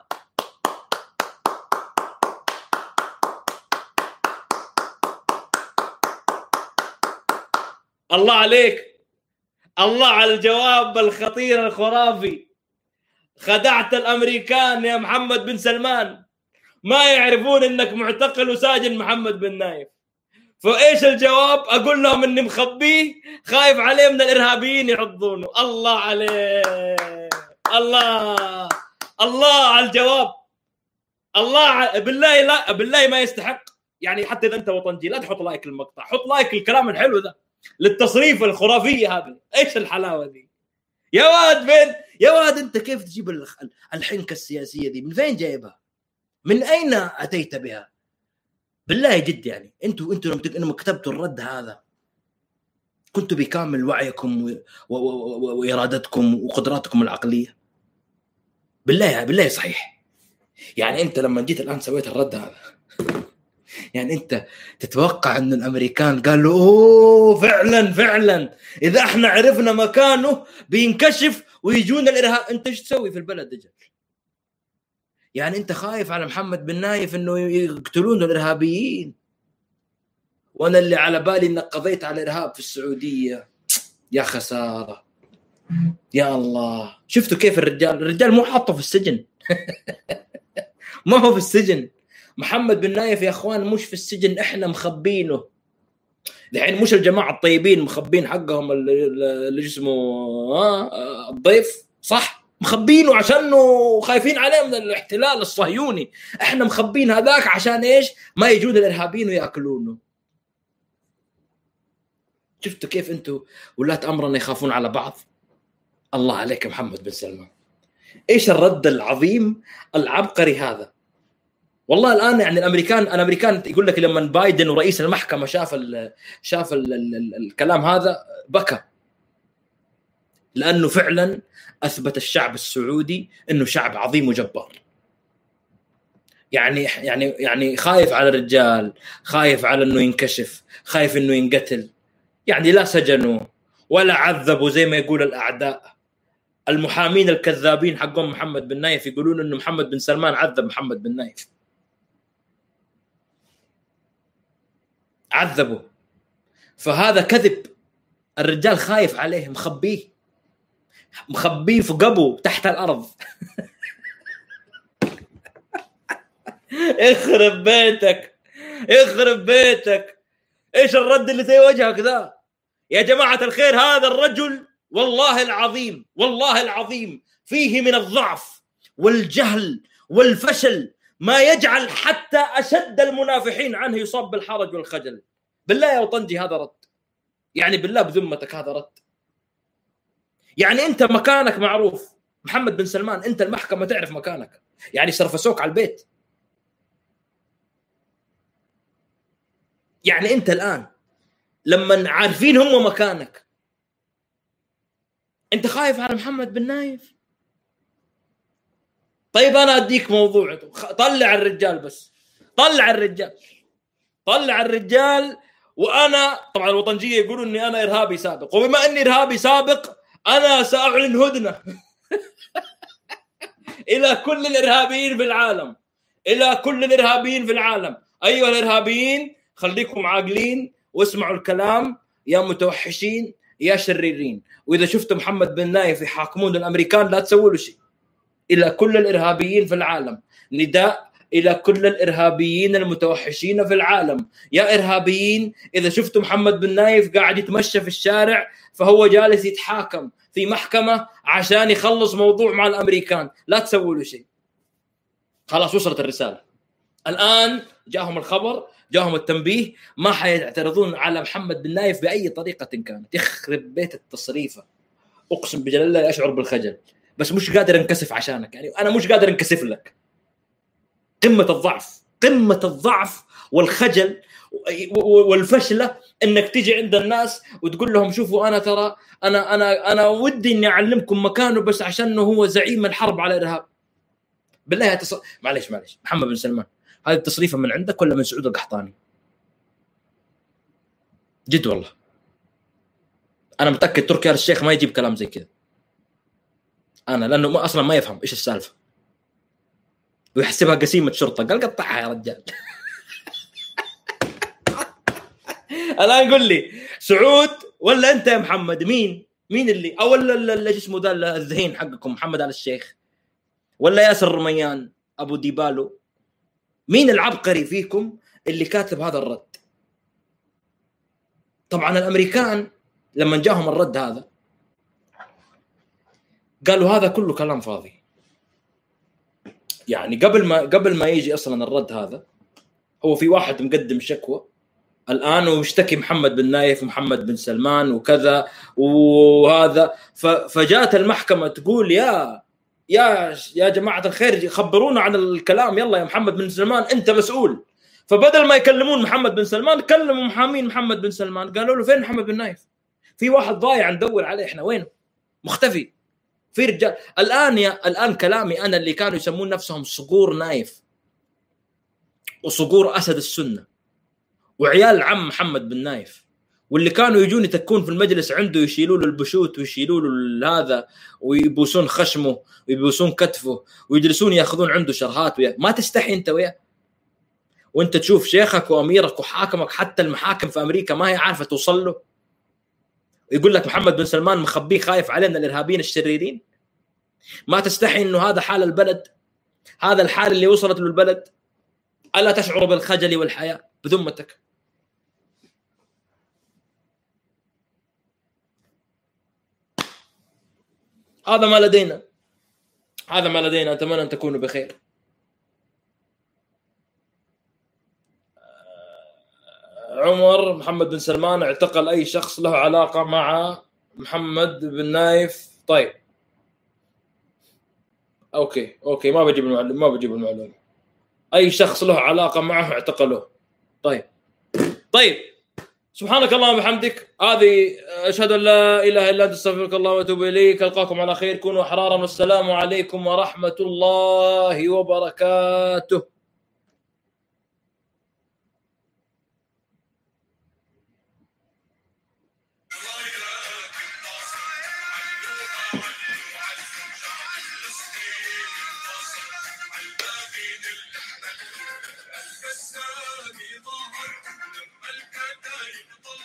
الله عليك، الله على الجواب الخطير الخرافي. خدعت الأمريكان يا محمد بن سلمان، ما يعرفون إنك معتقل وساجن محمد بن نايف. فإيش الجواب؟ أقول لهم إني مخبيه، خايف عليه من الإرهابيين يعضونه. الله عليه، الله الله على الجواب. الله بالله، لا بالله ما يستحق. يعني حتى إذا أنت وطنجي لا تحط لايك للمقطع، حط لايك الكلام الحلو ده للتصريف الخرافية هذه. إيش الحلاوة دي يا واد؟ فين يا واد أنت؟ كيف تجيب الحنكة السياسية دي؟ من فين جايبها؟ من أين أتيت بها؟ بالله جد يعني انتوا لما كتبتوا الرد هذا كنتوا بكامل وعيكم وإرادتكم وقدراتكم العقلية؟ بالله صحيح. يعني انت لما جيت الآن سويت الرد هذا يعني انت تتوقع ان الامريكان قالوا اوه فعلا اذا احنا عرفنا مكانه بينكشف ويجون الارهاب؟ انت ايش تسوي في البلد دجل؟ يعني انت خايف على محمد بن نايف انه يقتلون الارهابيين، وانا اللي على بالي انك قضيت على الارهاب في السعوديه. يا خساره يا الله. شفتوا كيف الرجال مو حاطه في السجن ما هو في السجن. محمد بن نايف يا اخوان مش في السجن، احنا مخبينه الحين. مش الجماعه الطيبين مخبين حقهم اللي اسمه الضيف، صح؟ مخبينه عشانه خايفين عليه من الاحتلال الصهيوني. احنا مخبين هذاك عشان ايش؟ ما يجون الارهابيين وياكلونه. شفتوا كيف انتوا ولات امرنا يخافون على بعض؟ الله عليك يا محمد بن سلمان، ايش الرد العظيم العبقري هذا. والله الان يعني الامريكان يقول لك لما بايدن ورئيس المحكمه شاف الكلام هذا بكى، لانه فعلا اثبت الشعب السعودي انه شعب عظيم وجبار. يعني خايف على الرجال، خايف على انه ينكشف، خايف انه ينقتل. يعني لا سجنوا ولا عذبوا زي ما يقول الاعداء. المحامين الكذابين حقهم محمد بن نايف يقولون انه محمد بن سلمان عذب محمد بن نايف، عذبه. فهذا كذب. الرجال خايف عليه، مخبيه في قبو تحت الارض. يخرب بيتك. ايش الرد اللي في وجهك ذا يا جماعة الخير؟ هذا الرجل والله العظيم فيه من الضعف والجهل والفشل ما يجعل حتى أشد المنافحين عنه يصاب بالحرج والخجل. بالله يا وطنجي هذا رد؟ يعني بالله بذمتك هذا رد؟ يعني أنت مكانك معروف محمد بن سلمان، أنت المحكمة تعرف مكانك، يعني سرفسوك على البيت. يعني أنت الآن لما عارفين هم مكانك أنت خايف على محمد بن نايف. طيب أنا أديك موضوع، طلع الرجال بس، طلع الرجال. وأنا طبعا الوطنجية يقولوا أني أنا إرهابي سابق، وبما أني إرهابي سابق أنا سأعلن هدنة إلى كل الإرهابيين في العالم، أيها الإرهابيين خليكم عاقلين واسمعوا الكلام يا متوحشين يا شريرين. وإذا شفتوا محمد بن نايف يحاكمون الأمريكان لا تسووا له شيء. إلى كل الإرهابيين في العالم نداء، إلى كل الإرهابيين المتوحشين في العالم، يا إرهابيين إذا شفتوا محمد بن نايف قاعد يتمشى في الشارع فهو جالس يتحاكم في محكمة عشان يخلص موضوع مع الأمريكان، لا تسووا له شيء. خلاص وصلت الرسالة. الآن جاهم الخبر، جاهم التنبيه، ما حيعترضون على محمد بن نايف بأي طريقة كانت. يخرب بيت التصريفة، أقسم بجلال الله أشعر بالخجل، بس مش قادر انكسف عشانك. يعني أنا مش قادر انكسف لك. قمة الضعف والخجل والفشلة انك تيجي عند الناس وتقول لهم شوفوا انا ترى انا ودي اني اعلمكم مكانه بس عشان هو زعيم الحرب على الارهاب. بالله معليش محمد بن سلمان، هذه التصريفة من عندك ولا من سعود القحطاني؟ جد والله انا متأكد تركي آل الشيخ ما يجيب كلام زي كذا، انا لانه اصلا ما يفهم ايش السالفة ويحسبها قسيمة شرطة. قال قطعها يا رجال. الآن قل لي سعود ولا أنت يا محمد؟ مين اللي أولا ايش اسمه ذا الذهين حقكم محمد آل الشيخ ولا ياسر رميان أبو ديبالو؟ مين العبقري فيكم اللي كاتب هذا الرد؟ طبعا الأمريكان لما جاهم الرد هذا قالوا هذا كله كلام فاضي. يعني قبل ما يجي اصلا الرد هذا هو في واحد مقدم شكوى الان ويشتكي محمد بن نايف ومحمد بن سلمان وكذا وهذا. فجاءت المحكمة تقول يا جماعة الخير خبرونا عن الكلام، يلا يا محمد بن سلمان انت مسؤول. فبدل ما يكلمون محمد بن سلمان كلموا محامين محمد بن سلمان، قالوا له فين محمد بن نايف؟ في واحد ضايع ندور عليه، احنا وينه؟ مختفي. في رجال الآن كلامي أنا اللي كانوا يسمون نفسهم صقور نايف وصقور أسد السنة وعيال عم محمد بن نايف، واللي كانوا يجون يتكون في المجلس عنده يشيلوا له البشوت ويشيلوا له هذا ويبوسون خشمه ويبوسون كتفه ويجلسون ياخذون عنده شرهات ما تستحي أنت وأنت تشوف شيخك وأميرك وحاكمك، حتى المحاكم في أمريكا ما هي عارفة توصل له، يقول لك محمد بن سلمان مخبيه خايف علينا الإرهابيين الشريرين. ما تستحي إنه هذا حال البلد، هذا الحال اللي وصلت له البلد؟ ألا تشعر بالخجل والحياء بذمتك؟ هذا ما لدينا. أتمنى أن تكونوا بخير. عمر محمد بن سلمان اعتقل أي شخص له علاقة مع محمد بن نايف. طيب اوكي ما بجيب المعلومه. اي شخص له علاقه معه اعتقلوه. طيب سبحانك اللهم وبحمدك. هذه اشهد ان لا اله الا انت استغفرك الله واتوب اليك. القاكم على خير، كونوا احرارا، والسلام عليكم ورحمه الله وبركاته.